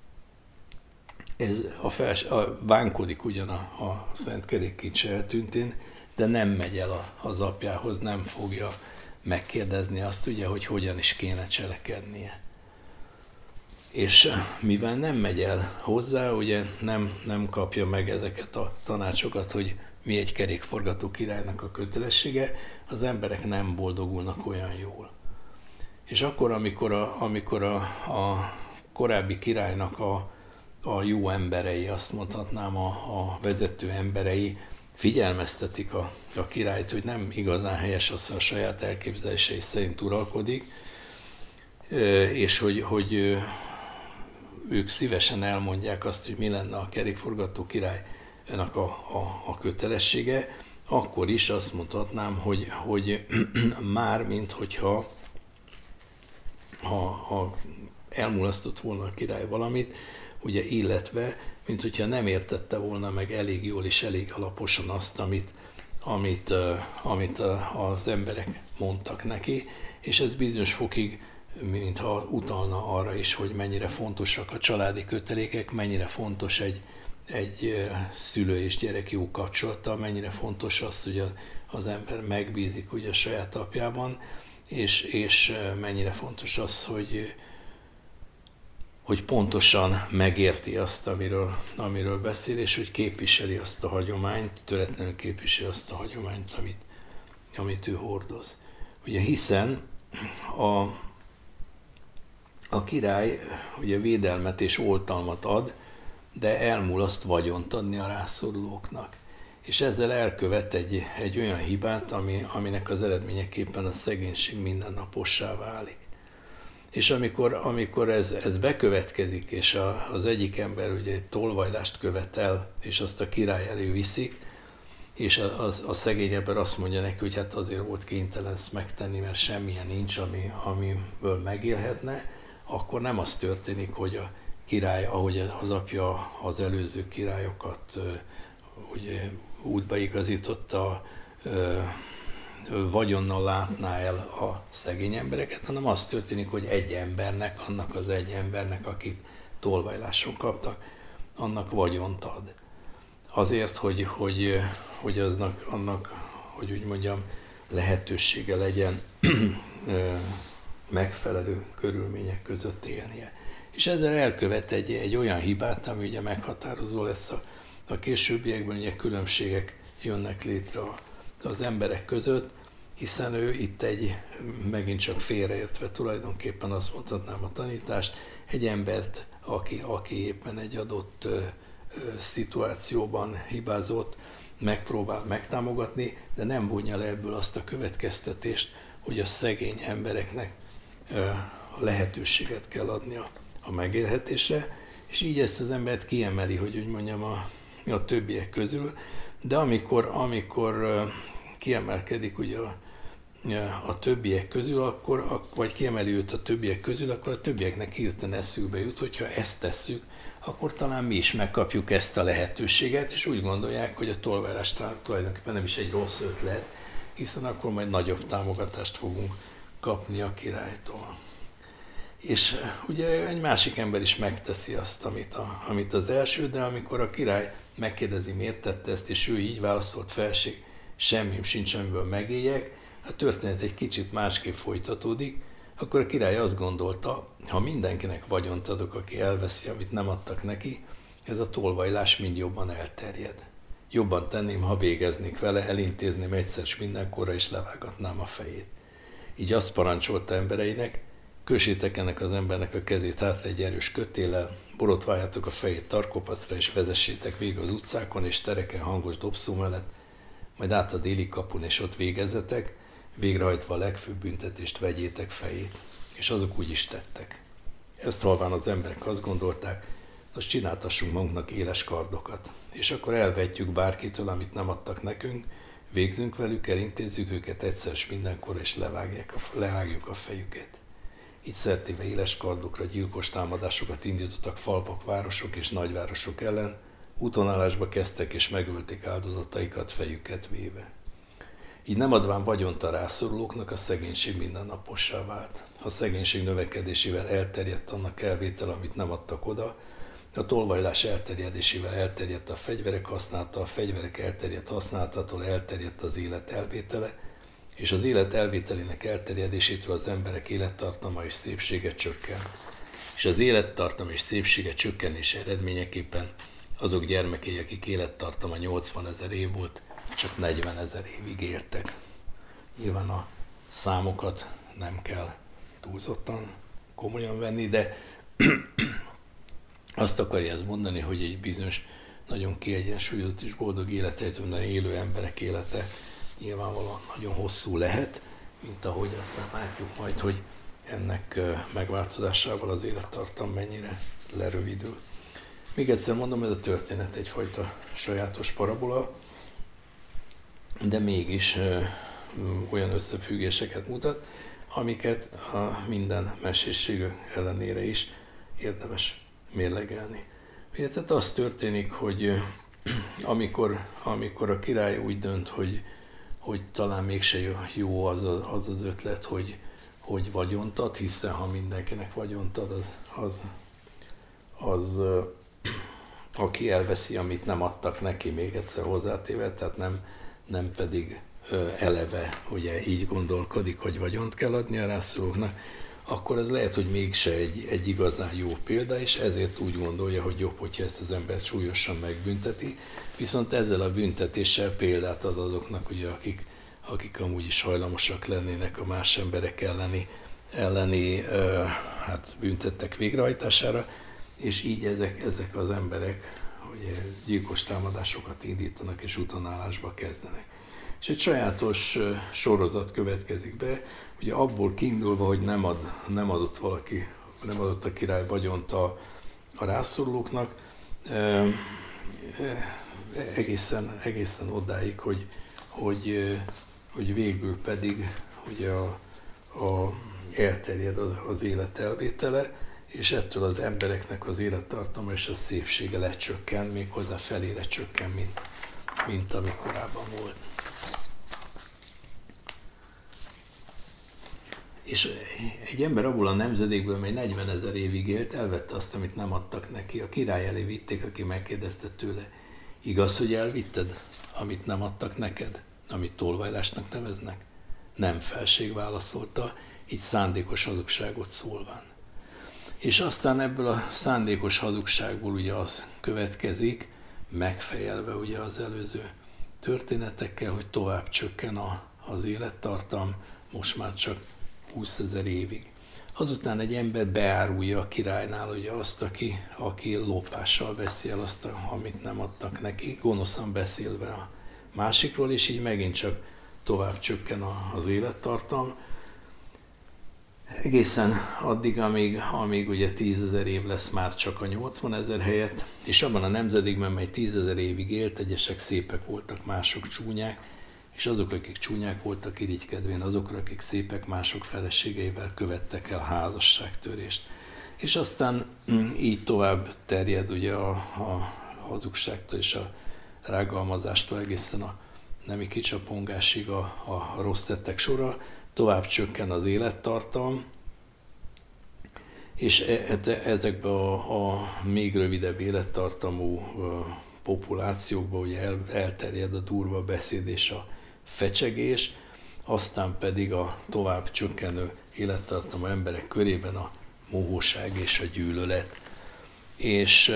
Speaker 2: ez a, fels, a bánkodik ugyan a, a szent kerékkincs eltűntén, de nem megy el a, az apjához, nem fogja megkérdezni azt, ugye, hogy hogyan is kéne cselekednie. És mivel nem megy el hozzá, ugye nem, nem kapja meg ezeket a tanácsokat, hogy mi egy kerékforgató királynak a kötelessége, az emberek nem boldogulnak olyan jól. És akkor, amikor a, amikor a, a korábbi királynak a, a jó emberei, azt mondhatnám a, a vezető emberei figyelmeztetik a, a királyt, hogy nem igazán helyes az, a saját elképzelései szerint uralkodik, és hogy, hogy ők szívesen elmondják azt, hogy mi lenne a kerékforgató király ennek a, a, a kötelessége, akkor is azt mondhatnám, hogy, hogy már, mint hogyha ha, ha elmulasztott volna a király valamit, ugye illetve, mint hogyha nem értette volna meg elég jól és elég alaposan azt, amit, amit, amit az emberek mondtak neki, és ez bizonyos fokig, mintha utalna arra is, hogy mennyire fontosak a családi kötelékek, mennyire fontos egy, egy szülő és gyerek jó kapcsolata, mennyire fontos az, hogy az ember megbízik ugye a saját apjában, és, és mennyire fontos az, hogy, hogy pontosan megérti azt, amiről, amiről beszél, és hogy képviseli azt a hagyományt, töretlenül képviseli azt a hagyományt, amit, amit ő hordoz. Ugye hiszen a, a király ugye védelmet és oltalmat ad, de elmulaszt vagyont adni a rászorulóknak. És ezzel elkövet egy, egy olyan hibát, ami, aminek az eredményeképpen a szegénység mindennapossá válik. És amikor, amikor ez, ez bekövetkezik, és a, az egyik ember ugye egy tolvajlást követel, és azt a király elé viszik, és a, a, a szegény ember azt mondja neki, hogy hát azért volt kénytelen ezt megtenni, mert semmilyen nincs, ami, amiből megélhetne, akkor nem az történik, hogy a király, ahogy az apja az előző királyokat ugye útba igazította, vagyonnal látná el a szegény embereket, hanem az történik, hogy egy embernek, annak az egy embernek, akit tolvajláson kaptak, annak vagyont ad. Azért, hogy, hogy, hogy aznak, annak, hogy úgy mondjam, lehetősége legyen megfelelő körülmények között élnie. És ezzel elkövet egy, egy olyan hibát, ami ugye meghatározó lesz a, a későbbiekben, ugye különbségek jönnek létre az emberek között, hiszen ő itt egy, megint csak félreértve tulajdonképpen azt mondhatnám a tanítást, egy embert, aki, aki éppen egy adott ö, ö, szituációban hibázott, megpróbál megtámogatni, de nem vonja le ebből azt a következtetést, hogy a szegény embereknek ö, lehetőséget kell adni a, a megélhetésre, és így ezt az embert kiemeli, hogy úgy mondjam, a, a többiek közül, de amikor, amikor ö, kiemelkedik ugye a, a többiek közül, akkor, vagy kiemeli őt a többiek közül, akkor a többieknek hirtelen eszükbe jut, hogyha ezt tesszük, akkor talán mi is megkapjuk ezt a lehetőséget, és úgy gondolják, hogy a tolvajlás tulajdonképpen nem is egy rossz ötlet, hiszen akkor majd nagyobb támogatást fogunk kapni a királytól. És ugye egy másik ember is megteszi azt, amit, a, amit az első, de amikor a király megkérdezi, miért tette ezt, és ő így válaszolt, felség, semmim sincs, amiből megéljek, a történet egy kicsit másképp folytatódik, akkor a király azt gondolta, ha mindenkinek vagyont adok, aki elveszi, amit nem adtak neki, ez a tolvajlás mind jobban elterjed. Jobban tenném, ha végeznék vele, elintézném egyszer s mindenkorra, és levágatnám a fejét. Így azt parancsolta embereinek, kössétek ennek az embernek a kezét hátra egy erős kötéllel, borotváljátok a fejét tarkópacra, és vezessétek végig az utcákon és tereken hangos dobszó mellett, majd át a déli kapun, és ott végezzetek, végrehajtva a legfőbb büntetést vegyétek fejét. És azok úgy is tettek. Ezt halván az emberek azt gondolták, azt csináltassunk magunknak éles kardokat, és akkor elvetjük bárkitől, amit nem adtak nekünk, végzünk velük, elintézzük őket egyszer s mindenkor, és levágják a, levágjuk a fejüket. Így szertéve éles kardokra gyilkos támadásokat indítottak falvak, városok és nagyvárosok ellen, útonállásba kezdtek és megölték áldozataikat fejüket véve. Így nem adván vagyont a rászorulóknak, a szegénység mindennapossá vált. A szegénység növekedésével elterjedt annak elvétel, amit nem adtak oda, a tolvajlás elterjedésével elterjedt a fegyverek használata, a fegyverek elterjedt használatától elterjedt az élet elvétele, és az élet elvételének elterjedésétől az emberek élettartama és szépsége csökken. És az élettartam és szépsége csökkenése eredményeképpen azok gyermekei, akik élettartama nyolcvanezer év volt, csak negyvenezer évig éltek. Nyilván a számokat nem kell túlzottan komolyan venni, de azt akarja ez mondani, hogy egy bizonyos, nagyon kiegyensúlyozott és boldog élethelyzetben élő emberek élete nyilvánvalóan nagyon hosszú lehet, mint ahogy aztán látjuk majd, hogy ennek megváltozásával az élettartam mennyire lerövidül. Még egyszer mondom, ez a történet egyfajta sajátos parabola, de mégis ö, olyan összefüggéseket mutat, amiket a minden mesészség ellenére is érdemes mérlegelni. Ugye, tehát az történik, hogy amikor, amikor a király úgy dönt, hogy, hogy talán mégse jó az, a, az az ötlet, hogy, hogy vagyont ad, hiszen ha mindenkinek vagyont ad, az, az, az aki elveszi, amit nem adtak neki, még egyszer hozzátéve, tehát nem, nem pedig eleve ugye így gondolkodik, hogy vagyont kell adni a rászorulóknak, akkor ez lehet, hogy mégse egy, egy igazán jó példa, és ezért úgy gondolja, hogy jobb, hogyha ezt az embert súlyosan megbünteti, viszont ezzel a büntetéssel példát ad azoknak, ugye, akik, akik amúgy is hajlamosak lennének a más emberek elleni, elleni uh, hát büntettek végrehajtására, és így ezek, ezek az emberek ugye, gyilkos támadásokat indítanak és utonállásba kezdenek. És egy sajátos uh, sorozat következik be, ugye abból kiindulva, hogy nem, ad, nem adott valaki, nem adott a király vagyont a, a rászorulóknak, uh, egészen, egészen odáig, hogy, hogy, hogy végül pedig ugye a, a, elterjed az, az élet elvétele, és ettől az embereknek az élettartama és a szépsége lecsökken, méghozzá felére csökken, mint, mint ami korábban volt. És egy ember abból a nemzedékből, mely negyvenezer évig élt, elvette azt, amit nem adtak neki. A király elé vitték, aki megkérdezte tőle, igaz, hogy elvitted, amit nem adtak neked, amit tolvajlásnak neveznek? Nem, felség, válaszolta, így szándékos hazugságot szólván. És aztán ebből a szándékos hazugságból ugye az következik, megfejelve ugye az előző történetekkel, hogy tovább csökken a, az élettartam, most már csak húszezer évig. Azután egy ember beárulja a királynál ugye azt, aki, aki lopással veszi el azt, amit nem adtak neki, gonoszan beszélve a másikról, és így megint csak tovább csökken a, az élettartam. Egészen addig, amíg, amíg ugye tízezer év lesz már csak a nyolcvanezer helyett, és abban a nemzedékben, mely tízezer évig élt, egyesek szépek voltak, mások csúnyák, és azok, akik csúnyák voltak, irigykedvén azokra, akik szépek, mások feleségeivel követtek el házasságtörést. És aztán így tovább terjed ugye a, a hazugságtól és a rágalmazástól egészen a nemi kicsapongásig a, a rossz tettek sora, tovább csökken az élettartam, és ezekben a, a még rövidebb élettartamú populációkban ugye el, elterjed a durva beszéd és a fecsegés, aztán pedig a tovább csökkenő élettartamú emberek körében a mohóság és a gyűlölet. És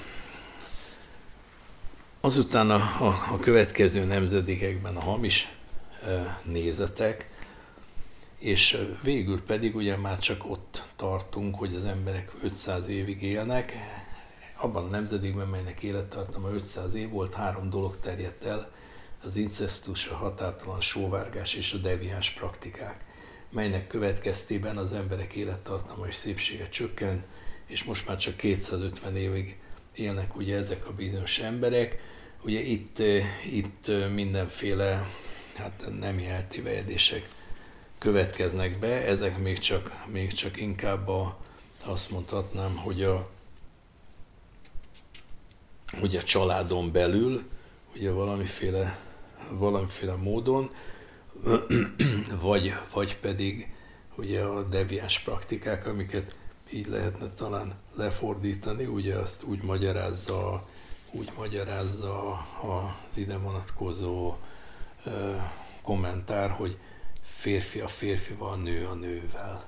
Speaker 2: azután a, a, a következő nemzedékekben a hamis nézetek, és végül pedig ugye már csak ott tartunk, hogy az emberek ötszáz évig élnek. Abban a nemzedékben, melynek élettartama ötszáz év volt, három dolog terjedt el, az incesztus, a határtalan sóvárgás és a deviáns praktikák, melynek következtében az emberek élettartama és szépsége csökken, és most már csak kétszázötven évig élnek ugye ezek a bizonyos emberek. Ugye itt, itt mindenféle hát nemi eltévejedések következnek be, ezek még csak, még csak inkább a, azt mondhatnám, hogy a, hogy a családon belül, ugye valamiféle, valamiféle módon, vagy, vagy pedig ugye a deviáns praktikák, amiket így lehetne talán lefordítani, ugye azt úgy magyarázza, úgy magyarázza az ide vonatkozó ö, kommentár, hogy férfi a férfival, nő a nővel.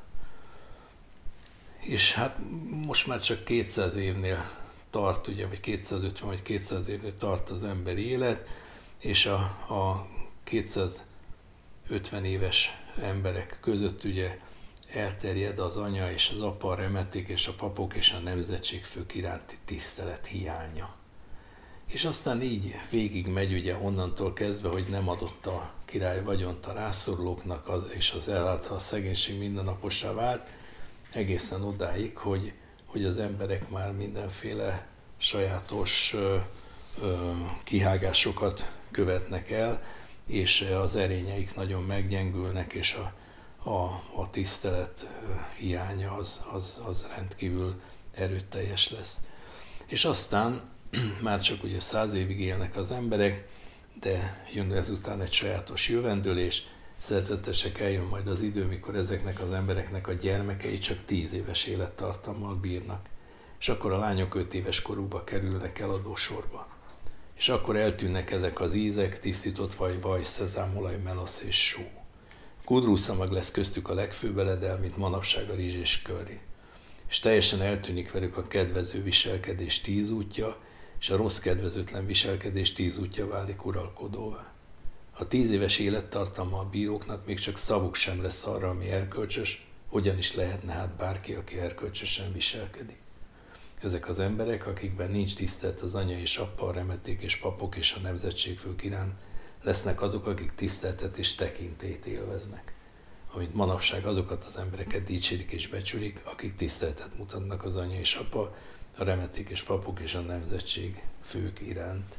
Speaker 2: És hát most már csak kétszáz évnél tart, ugye, vagy kétszázötven vagy kétszáz évnél tart az emberi élet, és a, a kétszázötven éves emberek között ugye elterjed az anya és az apa, a remeték és a papok és a nemzetségfők iránti tisztelet hiánya. És aztán így végig megy ugye onnantól kezdve, hogy nem adott a király vagyont a rászorulóknak, az, és az eláltal a szegénység mindennapossá vált, egészen odáig, hogy, hogy az emberek már mindenféle sajátos ö, ö, kihágásokat követnek el, és az erényeik nagyon meggyengülnek, és a, a, a tisztelet hiánya az, az, az rendkívül erőteljes lesz. És aztán már csak ugye száz évig élnek az emberek, de jön ezután egy sajátos jövendőlés, szerzetesek, eljön majd az idő, mikor ezeknek az embereknek a gyermekei csak tíz éves élettartammal bírnak. És akkor a lányok öt éves korúba kerülnek eladósorba. És akkor eltűnnek ezek az ízek, tisztított vaj, vaj, szezámolaj, melasz és só. Kudrúszamag lesz köztük a legfőbb eledel, mint manapság a rizs és curry. És teljesen eltűnik velük a kedvező viselkedés tíz útja, és a rossz kedvezőtlen viselkedés tíz útja válik uralkodóvá. A tíz éves élettartama a bíróknak még csak szavuk sem lesz arra, ami erkölcsös, hogyan is lehetne hát bárki, aki erkölcsösen viselkedik. Ezek az emberek, akikben nincs tisztelet az anya és apa, a remeték és papok és a nemzetségfők iránt, lesznek azok, akik tiszteletet és tekintélyt élveznek. Amit manapság azokat az embereket dicsérik és becsülik, akik tiszteletet mutatnak az anya és apa, a remeték és papok és a nemzetség fők iránt.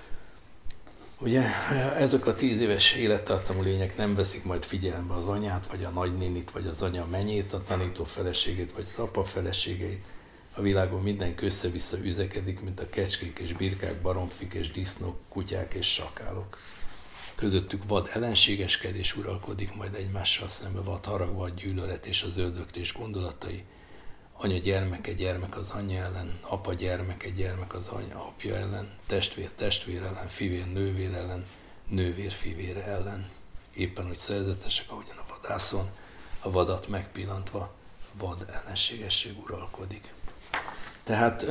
Speaker 2: Ugye ezek a tíz éves élettartamú lények nem veszik majd figyelembe az anyát, vagy a nagynénit, vagy az anya menyét, a tanító feleségét, vagy az apa feleségeit. A világon mindenki össze-vissza üzekedik, mint a kecskék és birkák, baromfik és disznók, kutyák és sakálok. Közöttük vad ellenségeskedés uralkodik majd egymással szembe, vad harag, vad gyűlölet és az ördöklés gondolatai. Anya gyermeke, gyermek az anyja ellen, apa gyermeke, gyermek az anya apja ellen, testvér testvér ellen, fivér nővér ellen, nővér fivére ellen. Éppen úgy szerzetesek, ahogyan a vadászon, a vadat megpillantva, vad ellenségesség uralkodik. Tehát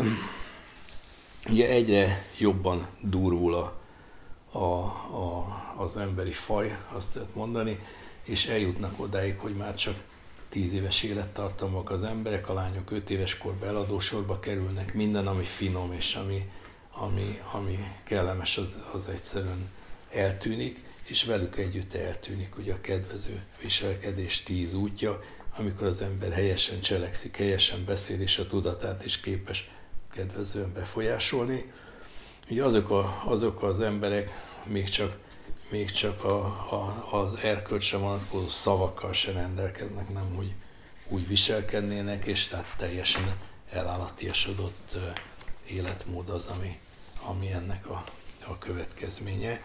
Speaker 2: ugye egyre jobban durvul a, a, a, az emberi faj, azt lehet mondani, és eljutnak odáig, hogy már csak tíz éves élettartamok az emberek, a lányok öt éves korban eladósorba kerülnek, minden, ami finom és ami, ami, ami kellemes, az, az egyszerűen eltűnik, és velük együtt eltűnik ugye a kedvező viselkedés tíz útja, amikor az ember helyesen cselekszik, helyesen beszél, és a tudatát is képes kedvezően befolyásolni. Ugye azok, a, azok az emberek még csak, még csak a, a, az erkölcsre vonatkozó szavakkal sem rendelkeznek, nem úgy, úgy viselkednének, és tehát teljesen elállatiasodott életmód az, ami, ami ennek a, a következménye.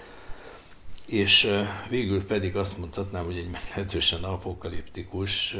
Speaker 2: És végül pedig azt mondhatnám, hogy egy meglehetősen apokaliptikus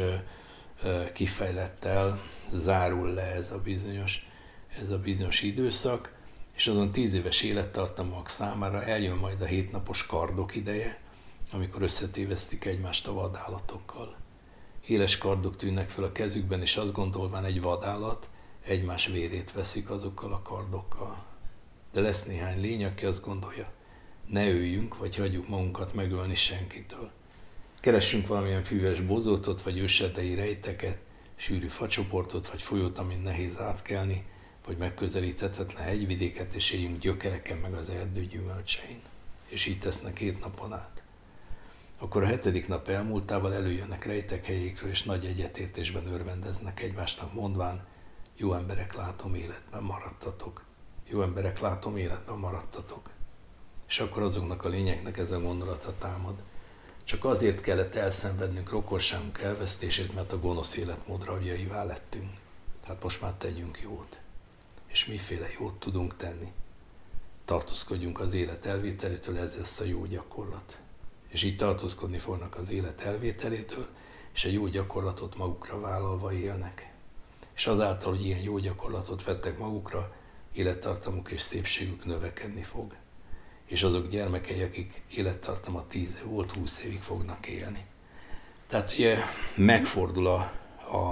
Speaker 2: kifejlettel zárul le ez a bizonyos, ez a bizonyos időszak, és azon tíz éves élettartamok számára eljön majd a hétnapos kardok ideje, amikor összetévesztik egymást a vadállatokkal. Éles kardok tűnnek fel a kezükben, és azt gondolván egy vadállat egymás vérét veszik azokkal a kardokkal. De lesz néhány lény, aki azt gondolja, ne öljünk, vagy hagyjuk magunkat megölni senkitől. Keressünk valamilyen füves bozótot, vagy őserdei rejteket, sűrű facsoportot, vagy folyót, amin nehéz átkelni, vagy megközelíthetetlen hegyvidéket, és éljünk gyökereken meg az erdő gyümölcsein. És így tesznek hét napon át. Akkor a hetedik nap elmúltával előjönnek rejtek helyékről, és nagy egyetértésben örvendeznek egymásnak, mondván, jó emberek, látom, életben maradtatok. Jó emberek, látom, életben maradtatok. És akkor azoknak a lényeknek ez a gondolata támad. Csak azért kellett elszenvednünk rokonságunk elvesztését, mert a gonosz életmód rabjaivá lettünk. Tehát most már tegyünk jót. És miféle jót tudunk tenni? Tartózkodjunk az élet elvételétől, ez lesz a jó gyakorlat. És így tartózkodni fognak az élet elvételétől, és a jó gyakorlatot magukra vállalva élnek. És azáltal, hogy ilyen jó gyakorlatot vettek magukra, élettartamuk és szépségük növekedni fog. És azok gyermekei, akik élettartama tíz év volt, húsz évig fognak élni. Tehát ugye megfordul a, a,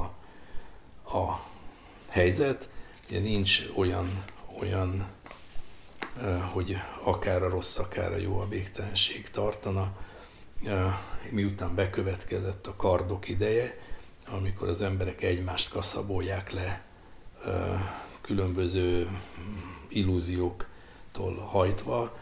Speaker 2: a helyzet, ugye nincs olyan, olyan, hogy akár a rossz, akár a jó a végtelenség tartana. Miután bekövetkezett a kardok ideje, amikor az emberek egymást kaszabolják le különböző illúzióktól hajtva,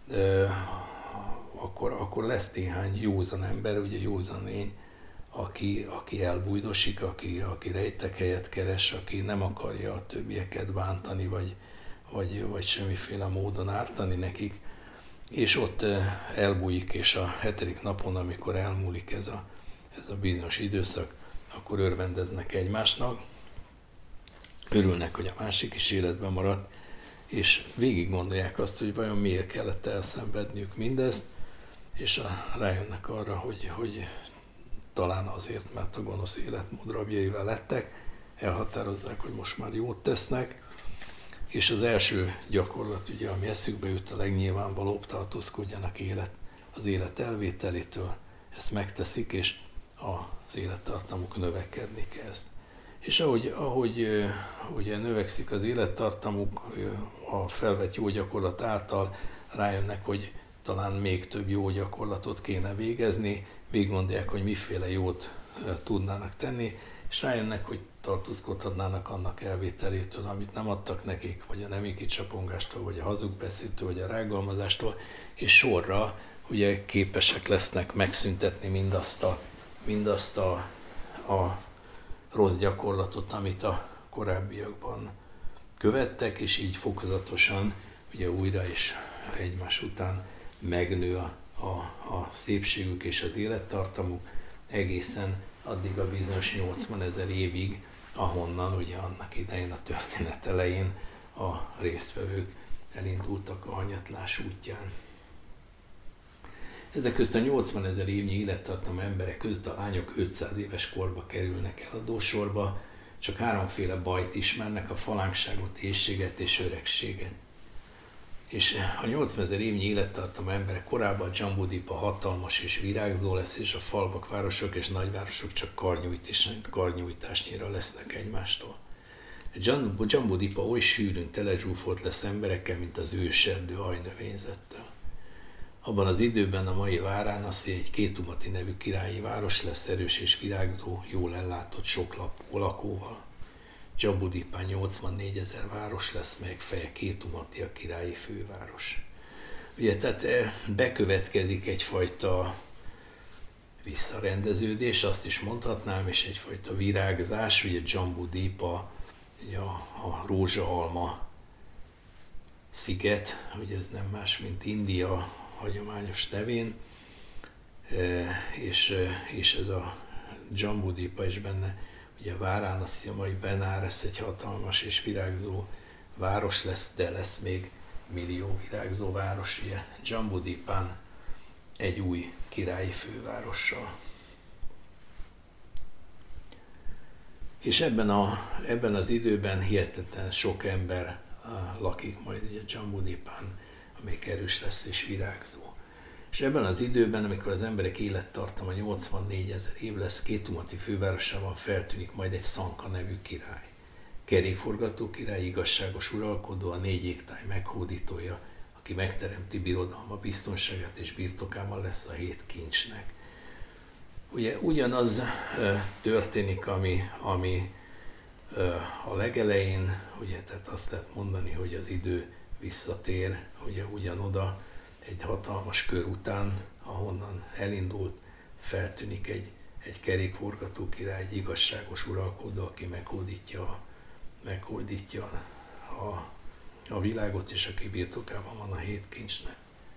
Speaker 2: akkor, akkor lesz néhány józan ember, ugye józan lény, aki, aki elbújdosik, aki, aki rejtek helyet keres, aki nem akarja a többieket bántani, vagy, vagy, vagy semmiféle módon ártani nekik, és ott elbújik, és a hetedik napon, amikor elmúlik ez a, ez a bizonyos időszak, akkor örvendeznek egymásnak, örülnek, hogy a másik is életben maradt, és végig gondolják azt, hogy vajon miért kellett elszenvedniük mindezt, és a, rájönnek arra, hogy, hogy talán azért, mert a gonosz életmód rabjaival lettek, elhatározzák, hogy most már jót tesznek, és az első gyakorlat, ugye, ami eszükbe jut, a legnyilvánvalóbb, tartózkodjanak élet, az élet elvételétől, ezt megteszik, és az élettartamuk növekedni kezd. És ahogy, ahogy ugye növekszik az élettartamuk, a felvett jó gyakorlat által rájönnek, hogy talán még több jó gyakorlatot kéne végezni, végiggondolják, hogy miféle jót tudnának tenni, és rájönnek, hogy tartózkodhatnának annak elvételétől, amit nem adtak nekik, vagy a nemi kicsapongástól, vagy a hazugbeszédtől, vagy a rágalmazástól, és sorra ugye képesek lesznek megszüntetni mindazt a, mindazt a, a rossz gyakorlatot, amit a korábbiakban követtek, és így fokozatosan ugye újra és egymás után megnő a, a, a szépségük és az élettartamuk egészen addig a bizonyos nyolcvanezer évig, ahonnan ugye annak idején a történet elején a résztvevők elindultak a hanyatlás útján. Ezek között a nyolcvanezer évnyi élettartamú emberek között a lányok ötszáz éves korba kerülnek eladósorba, csak háromféle bajt ismernek, a falánkságot, éhséget és öregséget. És a nyolcvanezer évnyi élettartamú emberek korábban Jambudvipa hatalmas és virágzó lesz, és a falvak, városok és nagyvárosok csak karnyújtásnyira lesznek egymástól. Jambudvipa oly sűrűn telezsúfolt lesz emberekkel, mint az őserdő ajnövényzettel. Abban az időben a mai Váránaszi egy Kétumati nevű királyi város lesz, erős és virágzó, jól ellátott sok lakó, lakóval. Jambudvipán nyolcvannégyezer város lesz, melyek feje Kétumati a királyi főváros. Ugye, tehát bekövetkezik egyfajta visszarendeződés, azt is mondhatnám, és egyfajta virágzás, ugye Jambudvipa, ugye a, a rózsaalma sziget, ugye ez nem más, mint India hagyományos nevén, és, és ez a Jambudvipa is benne, ugye a Váránaszi, a mai Benáres egy hatalmas és virágzó város lesz, de lesz még millió virágzó város, ugye Jambudvipán egy új királyi fővárossal. És ebben, a, ebben az időben hihetetlen sok ember lakik majd ugye Jambudvipán, amelyik erős lesz és virágzó. És ebben az időben, amikor az emberek élettartama nyolcvannégyezer év lesz, Kétumati fővárosában feltűnik majd egy Szanka nevű király. Kerékforgató király, igazságos uralkodó, a négy égtáj meghódítója, aki megteremti birodalma biztonságát és birtokában lesz a hét kincsnek. Ugye ugyanaz történik, ami, ami a legelején, ugye, tehát azt lehet mondani, hogy az idő visszatér, ugye ugyanoda, egy hatalmas kör után, ahonnan elindult, feltűnik egy, egy kerékforgató király, egy igazságos uralkodó, aki meghódítja, meghódítja a, a világot, és aki birtokában van a hét kincsnek.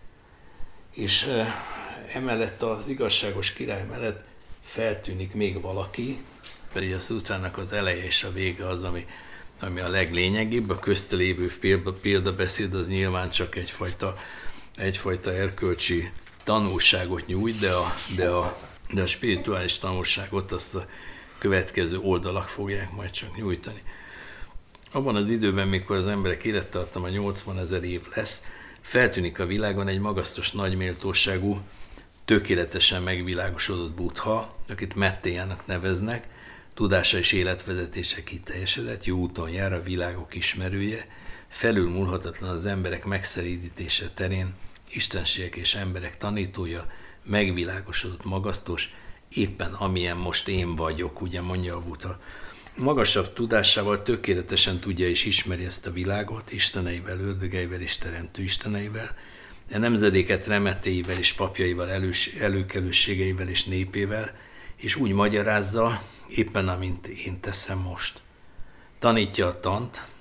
Speaker 2: És e, emellett az igazságos király mellett feltűnik még valaki, pedig a szutrának az eleje és a vége az, ami, ami a leglényegibb, a közte lévő példabeszéd az nyilván csak egyfajta egyfajta erkölcsi tanulságot nyújt, de a, de, a, de a spirituális tanulságot azt a következő oldalak fogják majd csak nyújtani. Abban az időben, mikor az emberek élettartama nyolcvanezer év lesz, feltűnik a világon egy magasztos nagyméltóságú, tökéletesen megvilágosodott Buddha, akit Mettéjának neveznek, tudása és életvezetése kiteljesedett, jó úton jár, a világok ismerője, felülmúlhatatlan az emberek megszerítése terén, istenségek és emberek tanítója, megvilágosodott, magasztos, éppen amilyen most én vagyok, ugye mondja a Buddha. Magasabb tudásával tökéletesen tudja és ismeri ezt a világot, isteneivel, ördögeivel és teremtő isteneivel, de nemzedéket remetéivel és papjaival, elős, előkelőségeivel és népével, és úgy magyarázza, éppen amint én teszem most. Tanítja a tant,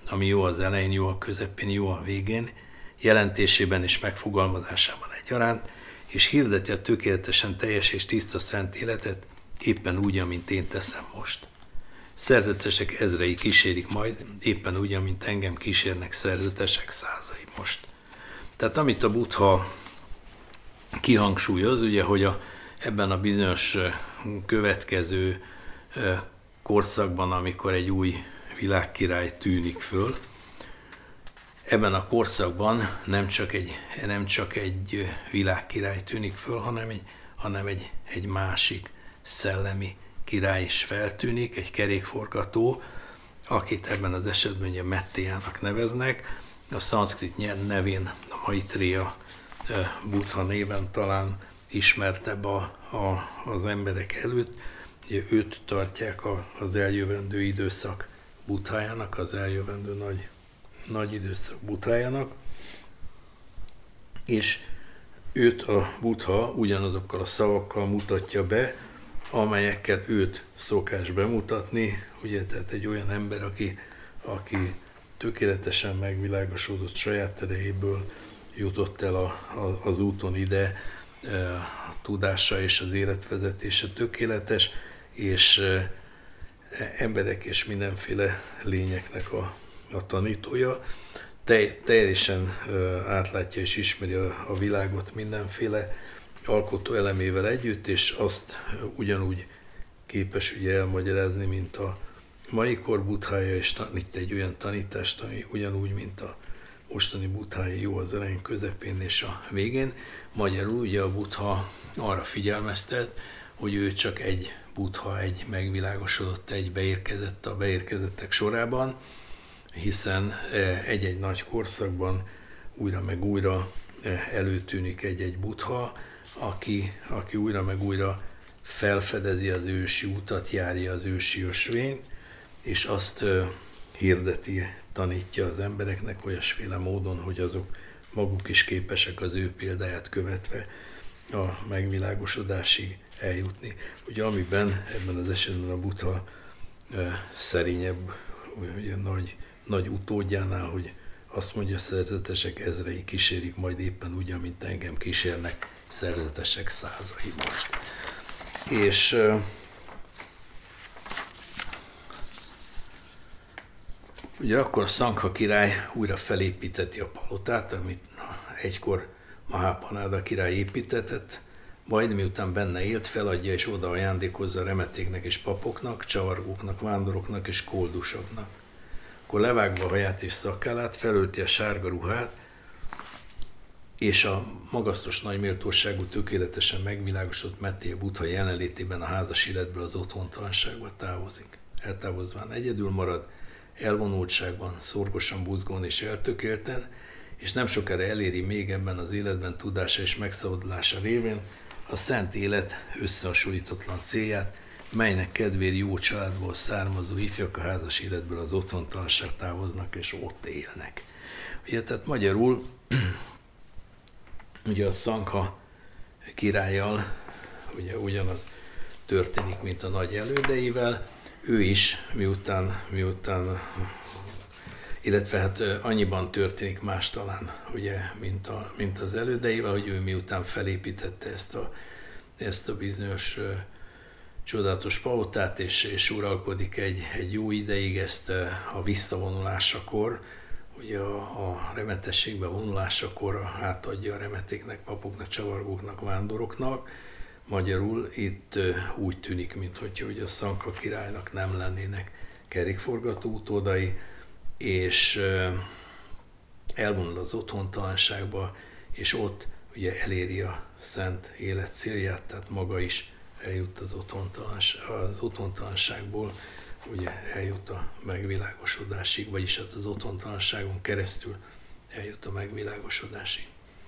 Speaker 2: ami jó az elején, jó a közepén, jó a végén, jelentésében és megfogalmazásában egyaránt, és hirdeti a tökéletesen teljes és tiszta szent életet, éppen úgy, amint én teszem most. Szerzetesek ezrei kísérik majd, éppen úgy, amint engem kísérnek szerzetesek százai most. Tehát amit a Buddha kihangsúlyoz, ugye, hogy a, ebben a bizonyos következő korszakban, amikor egy új világkirály tűnik föl, ebben a korszakban nem csak egy, nem csak egy világkirály tűnik föl, hanem egy, hanem egy, egy másik szellemi király is feltűnik, egy kerékforgató, akit ebben az esetben ugye Mettéjának neveznek, a szanszkrit nevén, a Maitréja Buddha néven talán ismertebb a, a, az emberek előtt. Ugye őt tartják a, az eljövendő időszak Buddhájának, az eljövendő nagy, nagy időszak Buddhájának, és őt a Buddha ugyanazokkal a szavakkal mutatja be, amelyekkel őt szokás bemutatni, ugye, tehát egy olyan ember, aki, aki tökéletesen megvilágosodott saját erejéből, jutott el a, a, az úton ide, a tudása és az életvezetése tökéletes, és emberek és mindenféle lényeknek a, a tanítója. Te, teljesen átlátja és ismeri a, a világot mindenféle alkotó elemével együtt, és azt ugyanúgy képes ugye elmagyarázni, mint a mai kor Buddhája, és tanít egy olyan tanítást, ami ugyanúgy, mint a mostani Buddhája, jó az elején, közepén és a végén. Magyarul ugye a Buddha arra figyelmeztet, hogy ő csak egy Buddha, egy megvilágosodott, egy beérkezett a beérkezettek sorában, hiszen egy-egy nagy korszakban újra meg újra előtűnik egy-egy Buddha, aki, aki újra meg újra felfedezi az ősi utat, járja az ősi ösvényt, és azt hirdeti, tanítja az embereknek olyasféle módon, hogy azok maguk is képesek az ő példáját követve a megvilágosodásig eljutni. Ugye amiben ebben az esetben a Buddha szerényebb, ugye nagy, nagy utódjánál, hogy azt mondja, szerzetesek ezrei kísérik majd éppen úgy, amint engem kísérnek szerzetesek százai most. És ugye akkor a Sangha király újra felépíteti a palotát, amit egykor Mahápanáda király építetett, majd miután benne élt, feladja és oda ajándékozza remetéknek és papoknak, csavargóknak, vándoroknak és koldusoknak. Akkor levágva a haját és szakállát, felölti a sárga ruhát, és a magasztos nagy méltóságú, tökéletesen megvilágosodott Mettéja Buddha jelenlétében a házas életből az otthontalanságba távozik. Eltávozván egyedül marad, elvonultságban, szorgosan buzgón és eltökélten, és nem sokára eléri még ebben az életben tudása és megszabadulása révén a szent élet összehasonlítatlan célját, melynek kedvéért jó családból származó ifjak a házas életből az otthontalanság távoznak és ott élnek. Ugye, tehát magyarul ugye a Sangha királlyal ugye ugyanaz történik, mint a nagy elődeivel, ő is miután, miután illetve hát annyiban történik más talán, ugye, mint, a, mint az elődeivel, hogy ő miután felépítette ezt a, ezt a bizonyos uh, csodálatos palotát, és, és uralkodik egy, egy jó ideig, ezt uh, a visszavonulásakor, ugye a, a remetességbe vonulásakor átadja a remetéknek, papoknak, csavargóknak, vándoroknak. Magyarul itt uh, úgy tűnik, mintha ugye a Sangha királynak nem lennének kerékforgató utódai, és elvonul az otthontalanságba, és ott ugye eléri a szent élet célját, tehát maga is eljut az otthontalanság, az otthontalanságból, ugye eljut a megvilágosodásig, vagyis hát az otthontalanságon keresztül eljut a megvilágosodásig.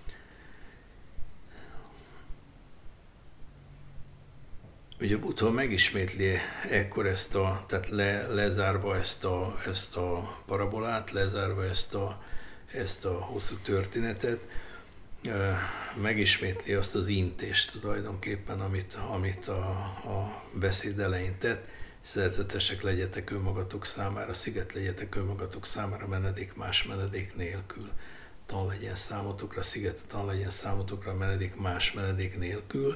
Speaker 2: Ugye Buddha megismétli ekkor ezt a, tehát le, lezárva ezt a, ezt a parabolát, lezárva ezt a, ezt a hosszú történetet, megismétli azt az intést tulajdonképpen, amit, amit a, a beszéd elején tett, szerzetesek legyetek önmagatok számára, sziget legyetek önmagatok számára, menedék más menedék nélkül. Tan legyen számotokra, sziget, tan legyen számotokra, menedék más menedék nélkül.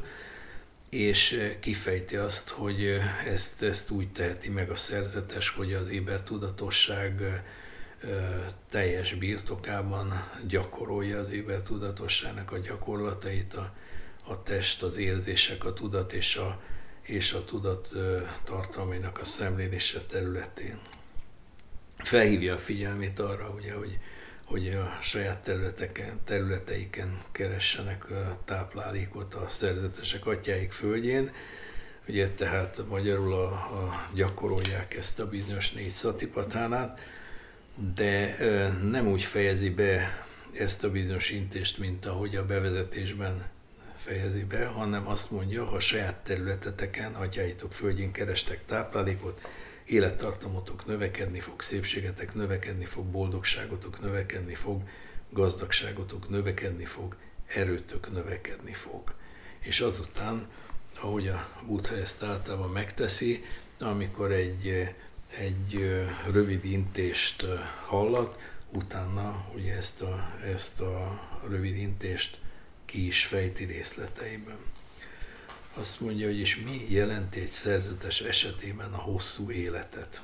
Speaker 2: És kifejti azt, hogy ezt, ezt úgy teheti meg a szerzetes, hogy az ébertudatosság teljes birtokában gyakorolja az ébertudatosságnak a gyakorlatait, a, a test, az érzések, a tudat és a, és a tudat tartalmainak a szemlélése területén. Felhívja a figyelmét arra, ugye, hogy, hogy a saját területeken, területeiken keressenek táplálékot a szerzetesek atyáik földjén, ugye tehát magyarul a, a gyakorolják ezt a bizonyos négy szatipatánát, de nem úgy fejezi be ezt a bizonyos intést, mint ahogy a bevezetésben fejezi be, hanem azt mondja, ha a saját területeteken, atyáitok földjén kerestek táplálékot, élettartamotok növekedni fog, szépségetek növekedni fog, boldogságotok növekedni fog, gazdagságotok növekedni fog, erőtök növekedni fog. És azután, ahogy a Buddha ezt általában megteszi, amikor egy, egy rövid intést hallat, utána ugye ezt a, ezt a rövid intést ki is fejti részleteiben. Azt mondja, hogy és mi jelenti egy szerzetes esetében a hosszú életet.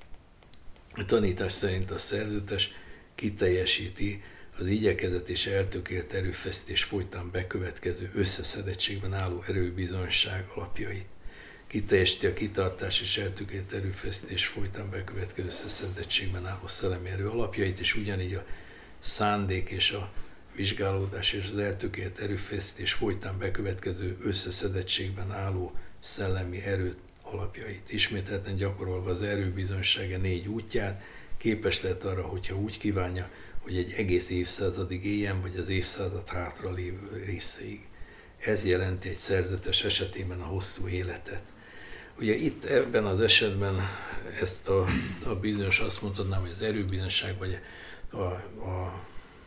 Speaker 2: A tanítás szerint a szerzetes kiteljesíti az igyekezet és eltökélt erőfeszítés folytán bekövetkező összeszedettségben álló erőbizonyság alapjait. Kiteljesíti a kitartás és eltökélt erőfeszítés folytán bekövetkező összeszedettségben álló szellemi erő alapjait, és ugyanígy a szándék és a vizsgálódás és az eltökélt erőfeszítés folytán bekövetkező összeszedettségben álló szellemi erő alapjait. Ismételten gyakorolva az erőbizonysága négy útját, képes lehet arra, hogyha úgy kívánja, hogy egy egész évszázadig éljen, vagy az évszázad hátra lévő részéig. Ez jelenti egy szerzetes esetében a hosszú életet. Ugye itt ebben az esetben ezt a, a bizonyos, azt mondhatnám, hogy az erőbizonyság, vagy a, a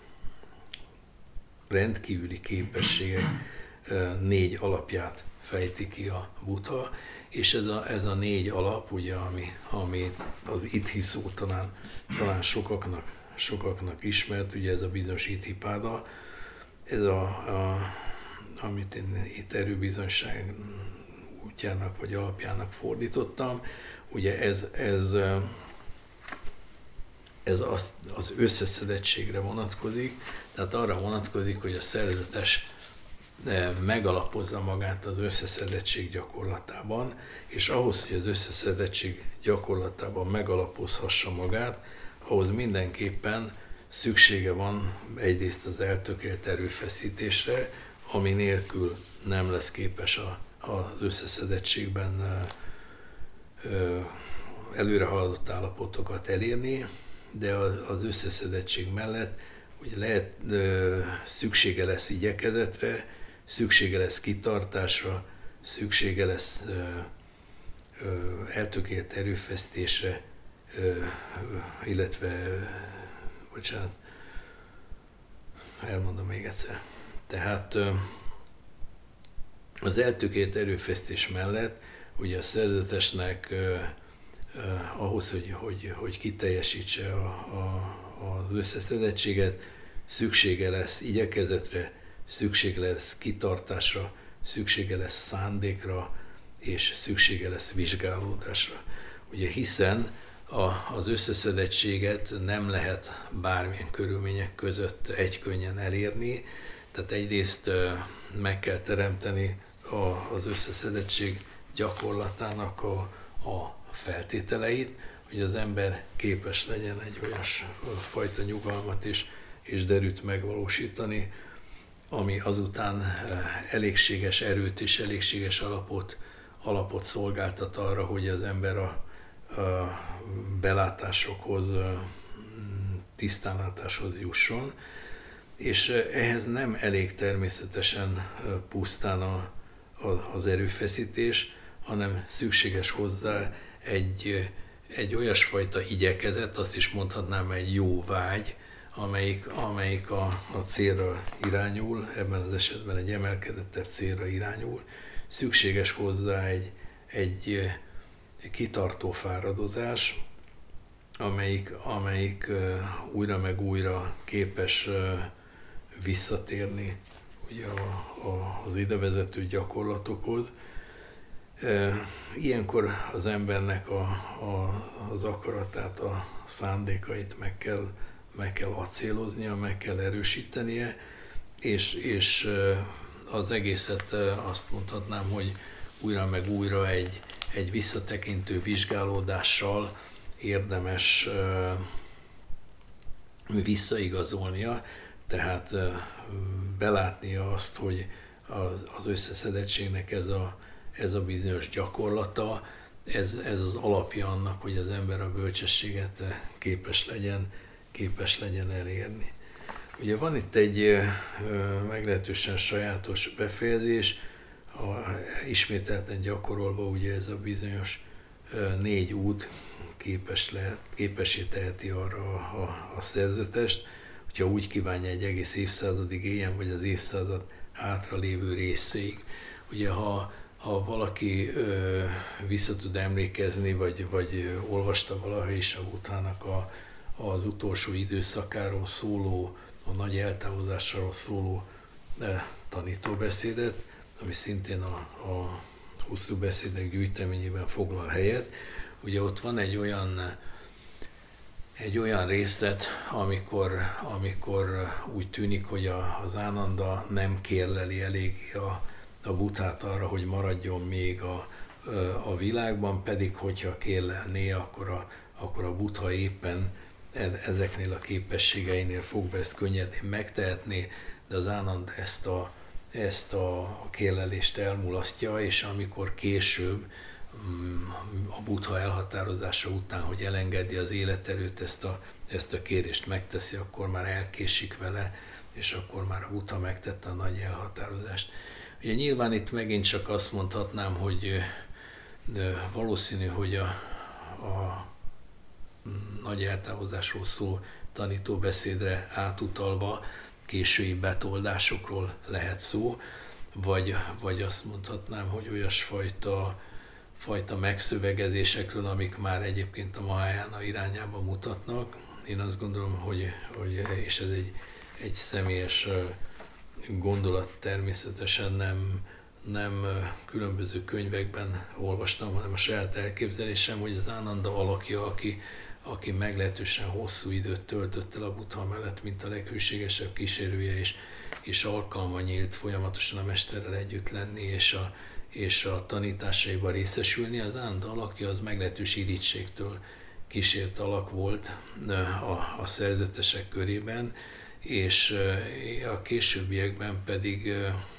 Speaker 2: rendkívüli képességek négy alapját fejti ki a Buddha, és ez a, ez a négy alap, ugye, ami, ami az ithi szó talán, talán sokaknak, sokaknak ismert, ugye ez a bizonyos ittipáda, ez a, a, amit én itt erőbizonyság útjának vagy alapjának fordítottam, ugye ez, ez, ez az, az összeszedettségre vonatkozik, tehát arra vonatkozik, hogy a szerzetes megalapozza magát az összeszedettség gyakorlatában, és ahhoz, hogy az összeszedettség gyakorlatában megalapozhassa magát, ahhoz mindenképpen szüksége van egyrészt az eltökélt erőfeszítésre, ami nélkül nem lesz képes a, az összeszedettségben előre haladott állapotokat elérni, de az összeszedettség mellett ugye lehet, szüksége lesz igyekezetre, szüksége lesz kitartásra, szüksége lesz eltökélt erőfeszítésre, illetve, bocsánat, elmondom még egyszer. Tehát az eltökélt erőfeszítés mellett ugye a szerzetesnek ahhoz, hogy, hogy, hogy kiteljesítse a, a, az összeszedettséget, szüksége lesz igyekezetre, szüksége lesz kitartásra, szüksége lesz szándékra, és szüksége lesz vizsgálódásra. Ugye hiszen a, az összeszedettséget nem lehet bármilyen körülmények között egykönnyen elérni, tehát egyrészt meg kell teremteni a, az összeszedettség gyakorlatának a, a feltételeit, hogy az ember képes legyen egy olyan fajta nyugalmat és, és derűt megvalósítani, ami azután elégséges erőt és elégséges alapot, alapot szolgáltat arra, hogy az ember a, a belátásokhoz, tisztánlátáshoz jusson, és ehhez nem elég természetesen pusztán a, a, az erőfeszítés, hanem szükséges hozzá egy, egy olyasfajta igyekezet, azt is mondhatnám egy jó vágy, amelyik, amelyik a, a célra irányul, ebben az esetben egy emelkedettebb célra irányul. Szükséges hozzá egy, egy kitartó fáradozás, amelyik, amelyik újra meg újra képes visszatérni ugye a, a, az idevezető gyakorlatokhoz. Ilyenkor az embernek a, a, az akaratát, a szándékait meg kell, meg kell acéloznia, meg kell erősítenie, és, és az egészet azt mondhatnám, hogy újra meg újra egy, egy visszatekintő vizsgálódással érdemes visszaigazolnia, tehát belátnia azt, hogy az összeszedettségnek ez a, ez a bizonyos gyakorlata, ez, ez az alapja annak, hogy az ember a bölcsességet képes legyen, képes legyen elérni. Ugye van itt egy meglehetősen sajátos befejezés, a, ismételten gyakorolva ugye ez a bizonyos négy út képes lehet, képessé teheti arra a, a, a szerzetest, hogyha úgy kívánja egy egész évszázadig éljen, vagy az évszázad hátra lévő részéig. Ugye ha, ha valaki ö, vissza tud emlékezni, vagy, vagy olvasta valaha is a Buddhának a, az utolsó időszakáról szóló, a nagy eltávozásról szóló e, tanítóbeszédet, ami szintén a, a hosszú beszédek gyűjteményében foglal helyet. Ugye ott van egy olyan, egy olyan részlet, amikor, amikor úgy tűnik, hogy a, az Ánanda nem kérleli elég a, a Buddhát arra, hogy maradjon még a, a világban, pedig hogyha kérlelné, akkor a, akkor a Buddha éppen ezeknél a képességeinél fogva ezt könnyedén megtehetné, de az Ánanda ezt a, ezt a kérlelést elmulasztja, és amikor később a Buddha elhatározása után, hogy elengedi az életerőt, ezt a, ezt a kérést megteszi, akkor már elkésik vele, és akkor már a Buddha megtette a nagy elhatározást. Ugye nyilván itt megint csak azt mondhatnám, hogy valószínű, hogy a, a nagy eltávozásról szóló tanítóbeszédre átutalva késői betoldásokról lehet szó, vagy, vagy azt mondhatnám, hogy olyasfajta fajta megszövegezésekről, amik már egyébként a Mahayana irányába mutatnak. Én azt gondolom, hogy, hogy és ez egy, egy személyes gondolat, természetesen nem, nem különböző könyvekben olvastam, hanem a saját elképzelésem, hogy az Ánanda alakja, aki, aki meglehetősen hosszú időt töltött el a Buddha mellett, mint a leghűségesebb kísérője, és, és alkalma nyílt folyamatosan a mesterrel együtt lenni, és a, és a tanításaiban részesülni. Az Ánanda alakja az meglehetős irítségtől kísért alak volt a, a szerzetesek körében, és a későbbiekben pedig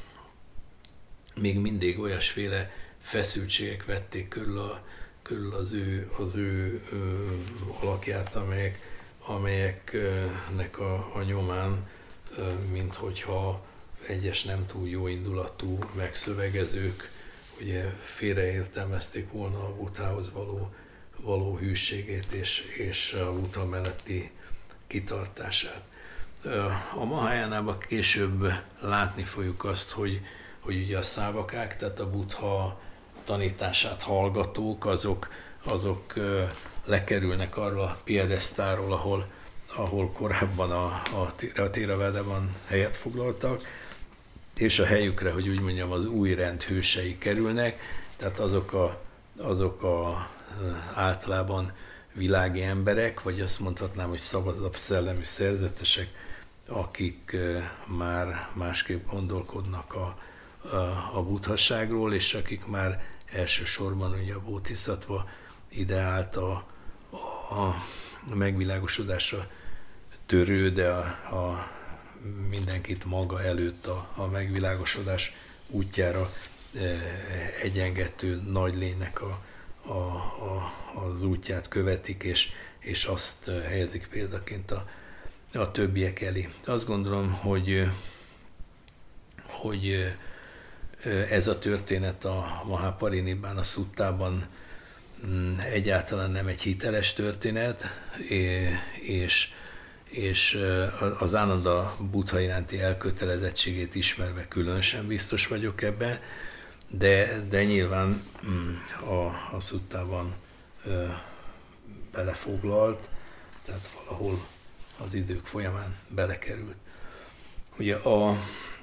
Speaker 2: még mindig olyasféle feszültségek vették körül, a, körül az ő, az ő ö, alakját, amelyek, amelyeknek a, a nyomán, ö, mint hogyha egyes nem túl jó indulatú megszövegezők ugye félreértelmezték volna a Buddhához való, való hűségét és, és a Buddha melletti kitartását. A Mahayánában később látni fogjuk azt, hogy, hogy ugye a szávakák, tehát a Buddha tanítását hallgatók, azok, azok lekerülnek arra a piedesztáról, ahol, ahol korábban a, a, a Theravádában helyet foglaltak, és a helyükre, hogy úgy mondjam, az új rend hősei kerülnek, tehát azok a, azok a általában világi emberek, vagy azt mondhatnám, hogy szabadabb szellemű szerzetesek, akik már másképp gondolkodnak a, a, a buddhaságról, és akik már elsősorban ugye a bódhiszatva ideált a, a megvilágosodásra törő, de a, a mindenkit maga előtt a, a megvilágosodás útjára egyengető nagy lénynek a, a, a, az útját követik, és, és azt helyezik példaként a, a többiek elé. Azt gondolom, hogy, hogy ez a történet a Mahaparinibbána szuttában egyáltalán nem egy hiteles történet, és és az Ánanda Buddha iránti elkötelezettségét ismerve különösen biztos vagyok ebben, de, de nyilván a, a szuttában ö, belefoglalt, tehát valahol az idők folyamán belekerült. Ugye a,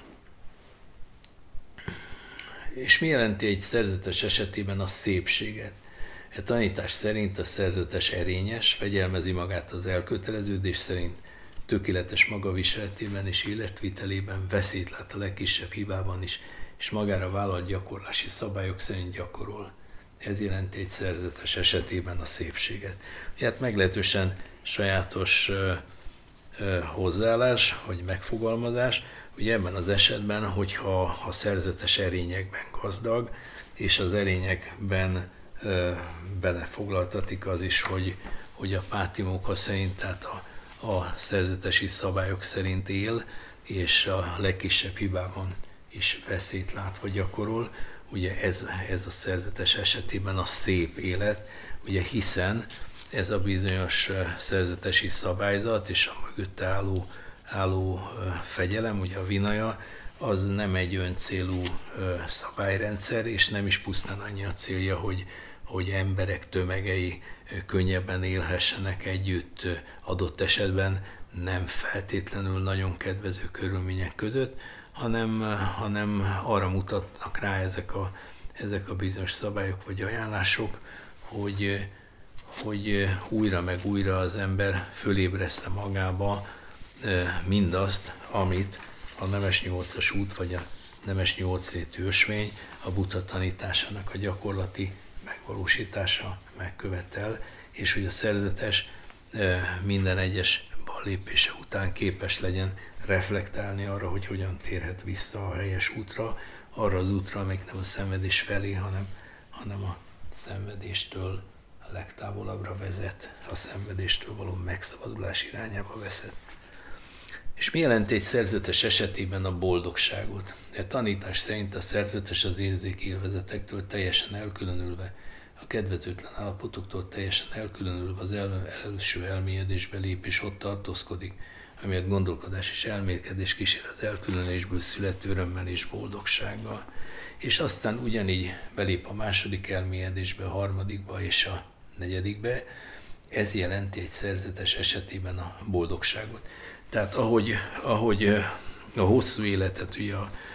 Speaker 2: és mi jelenti egy szerzetes esetében a szépséget? A tanítás szerint a szerzetes erényes, fegyelmezi magát az elköteleződés szerint, tökéletes magaviseletében és életvitelében, veszélyt lát a legkisebb hibában is, és magára vállalt gyakorlási szabályok szerint gyakorol. Ez jelenti egy szerzetes esetében a szépséget. Hát meglehetősen sajátos ö, ö, hozzáállás, vagy megfogalmazás, ugye ebben az esetben, hogyha a szerzetes erényekben gazdag, és az erényekben ö, belefoglaltatik az is, hogy, hogy a pátimóka szerint, tehát a, a szerzetesi szabályok szerint él, és a legkisebb hibában is veszélyt lát vagy gyakorol. Ugye ez, ez a szerzetes esetében a szép élet, ugye hiszen ez a bizonyos szerzetesi szabályzat és a mögötte álló, álló fegyelem, ugye a vinaja, az nem egy öncélú szabályrendszer, és nem is pusztán annyi a célja, hogy, hogy emberek tömegei könnyebben élhessenek együtt adott esetben, nem feltétlenül nagyon kedvező körülmények között, hanem, hanem arra mutatnak rá ezek a, ezek a bizonyos szabályok vagy ajánlások, hogy, hogy újra meg újra az ember fölébreszte magába mindazt, amit a Nemes nyolcas út vagy a Nemes nyolcrétű ösvény a Buddha tanításának a gyakorlati megvalósítása megkövetel, és hogy a szerzetes minden egyes ballépése után képes legyen reflektálni arra, hogy hogyan térhet vissza a helyes útra, arra az útra, amelyik nem a szenvedés felé, hanem, hanem a szenvedéstől a legtávolabbra vezet, a szenvedéstől való megszabadulás irányába vezet. És mi jelenti egy szerzetes esetében a boldogságot? A tanítás szerint a szerzetes az érzéki élvezetektől teljesen elkülönülve, a kedvezőtlen állapotoktól teljesen elkülönülve az el, első elmélyedésbe lép és ott tartózkodik, amiért gondolkodás és elmélkedés kísér az elkülönülésből születő örömmel és boldogsággal. És aztán ugyanígy belép a második elmélyedésbe, a harmadikba és a negyedikbe. Ez jelenti egy szerzetes esetében a boldogságot. Tehát ahogy, ahogy a hosszú életet ugye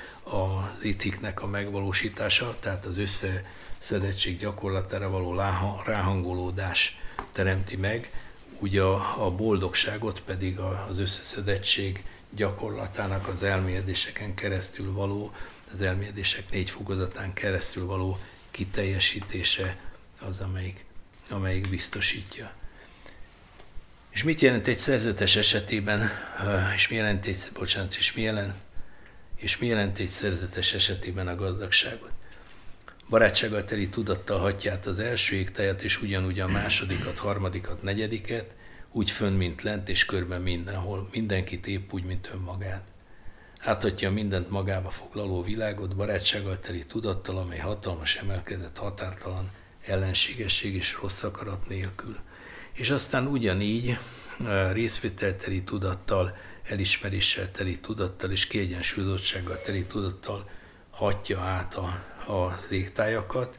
Speaker 2: az ithiknek a megvalósítása, tehát az összeszedettség gyakorlatára való ráhangolódás teremti meg, úgy a, a boldogságot pedig az összeszedettség gyakorlatának az elmélyedéseken keresztül való, az elmélyedések négy fokozatán keresztül való kiteljesítése az, amelyik, amelyik biztosítja. És mit jelent egy szerzetes esetében, és mi jelent egy, bocsánat, és mi jelent, és mi jelent egy szerzetes esetében a gazdagságot? Barátsággal teli tudattal hatja át az első égtájat, és ugyanúgy a másodikat, harmadikat, negyediket, úgy fönn, mint lent, és körben mindenhol, mindenkit épp úgy, mint önmagát. Áthatja mindent magába foglaló világot, barátsággal teli tudattal, amely hatalmas, emelkedett, határtalan, ellenségesség és rossz akarat nélkül. És aztán ugyanígy részvételteli tudattal, elismeréssel teli tudattal és kiegyensúlyozottsággal teli tudattal hatja át a, az égtájakat,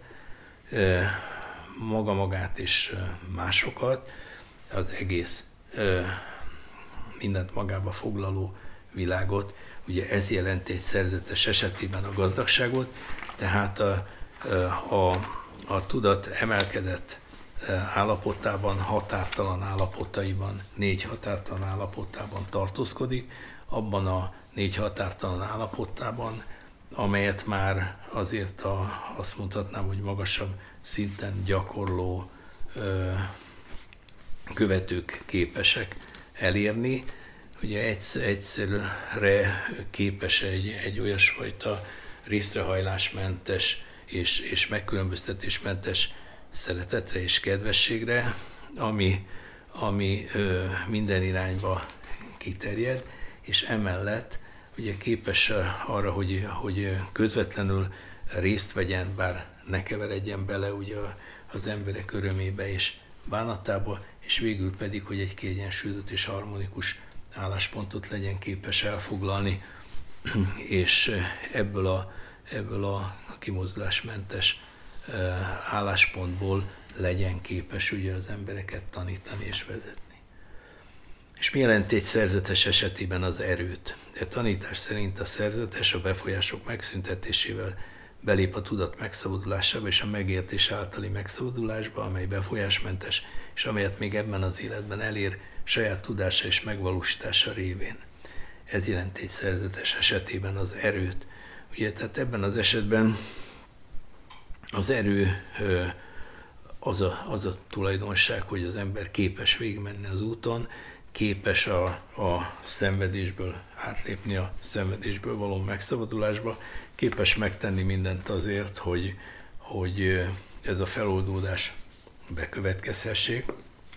Speaker 2: maga magát és másokat, az egész mindent magába foglaló világot. Ugye ez jelenti egy szerzetes esetében a gazdagságot, tehát a, a, a tudat emelkedett állapotában, határtalan állapotaiban, négy határtalan állapotában tartózkodik, abban a négy határtalan állapotában, amelyet már azért a, azt mondhatnám, hogy magasabb szinten gyakorló ö, követők képesek elérni. Ugye egyszer, egyszerre képes egy, egy olyasfajta részrehajlásmentes és, és megkülönböztetésmentes szeretetre és kedvességre, ami, ami ö, minden irányba kiterjed, és emellett ugye képes arra, hogy, hogy közvetlenül részt vegyen, bár ne keveredjen bele ugye az emberek örömébe és bánatába, és végül pedig, hogy egy kiegyensúlyozott és harmonikus álláspontot legyen képes elfoglalni, és ebből a ebből a kimozdulásmentes álláspontból legyen képes ugye az embereket tanítani és vezetni. És mi jelenti egy szerzetes esetében az erőt? A tanítás szerint a szerzetes a befolyások megszüntetésével belép a tudat megszabadulásába és a megértés általi megszabadulásba, amely befolyásmentes, és amelyet még ebben az életben elér saját tudása és megvalósítása révén. Ez jelenti egy szerzetes esetében az erőt. Ugye, tehát ebben az esetben az erő az a, az a tulajdonság, hogy az ember képes végigmenni az úton, képes a, a szenvedésből átlépni a szenvedésből való megszabadulásba, képes megtenni mindent azért, hogy, hogy ez a feloldódás bekövetkezhessék,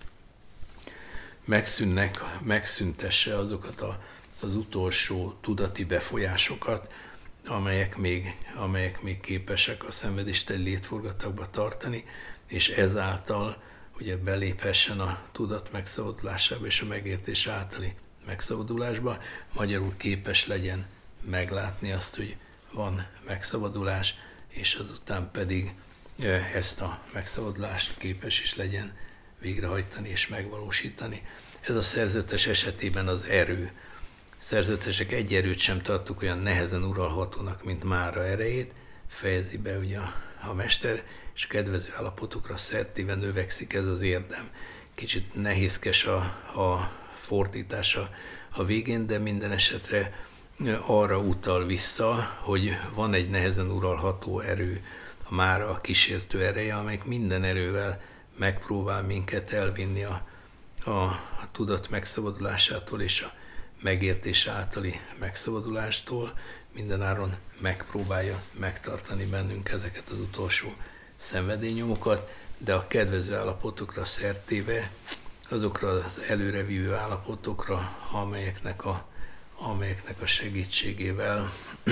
Speaker 2: megszűnnek, megszüntesse azokat a, az utolsó tudati befolyásokat, amelyek még, amelyek még képesek a szenvedésteli létforgatagba tartani, és ezáltal ugye beléphessen a tudat megszabadulásába és a megértés általi megszabadulásba, magyarul képes legyen meglátni azt, hogy van megszabadulás, és azután pedig ezt a megszabadulást képes is legyen végrehajtani és megvalósítani. Ez a szerzetes esetében az erő. Szerzetesek egy erőt sem tartuk olyan nehezen uralhatónak, mint Mára erejét, fejezi be ugye a, a mester, és kedvező állapotokra szertéve növekszik ez az érdem. Kicsit nehézkes a, a fordítása a végén, de minden esetre arra utal vissza, hogy van egy nehezen uralható erő, a Mára a kísértő ereje, amelyik minden erővel megpróbál minket elvinni a, a, a tudat megszabadulásától és a megértés általi megszabadulástól, mindenáron megpróbálja megtartani bennünk ezeket az utolsó szenvedélynyomokat, de a kedvező állapotokra szertéve, azokra az előrevívő állapotokra, amelyeknek a, amelyeknek a segítségével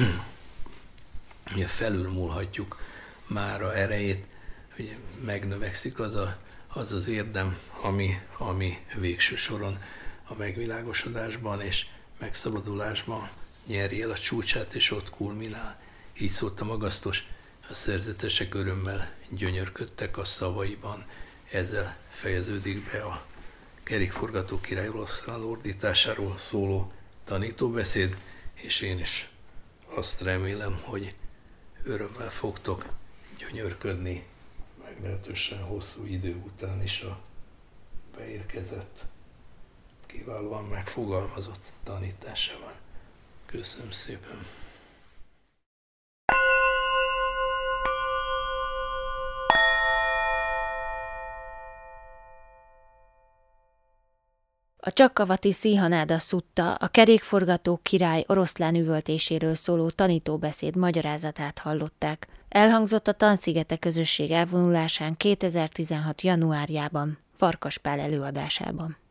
Speaker 2: felülmúlhatjuk Mára erejét, hogy megnövekszik az a, az, az érdem, ami, ami végső soron a megvilágosodásban és megszabadulásban nyeri el a csúcsát, és ott kulminál. Így szólt a magasztos, a szerzetesek örömmel gyönyörködtek a szavaiban. Ezzel fejeződik be a Kerékforgató Király oroszlán ordításáról szóló tanítóbeszéd, és én is azt remélem, hogy örömmel fogtok gyönyörködni meglehetősen hosszú idő után is a beérkezett, kiválóan megfogalmazott tanításával. Köszönöm szépen!
Speaker 1: A Cakkavati Sihanáda Szutta a Kerékforgató Király oroszlán üvöltéséről szóló tanítóbeszéd magyarázatát hallották. Elhangzott a Tanszigete közösség elvonulásán kétezer-tizenhat januárjában, Farkas Pál előadásában.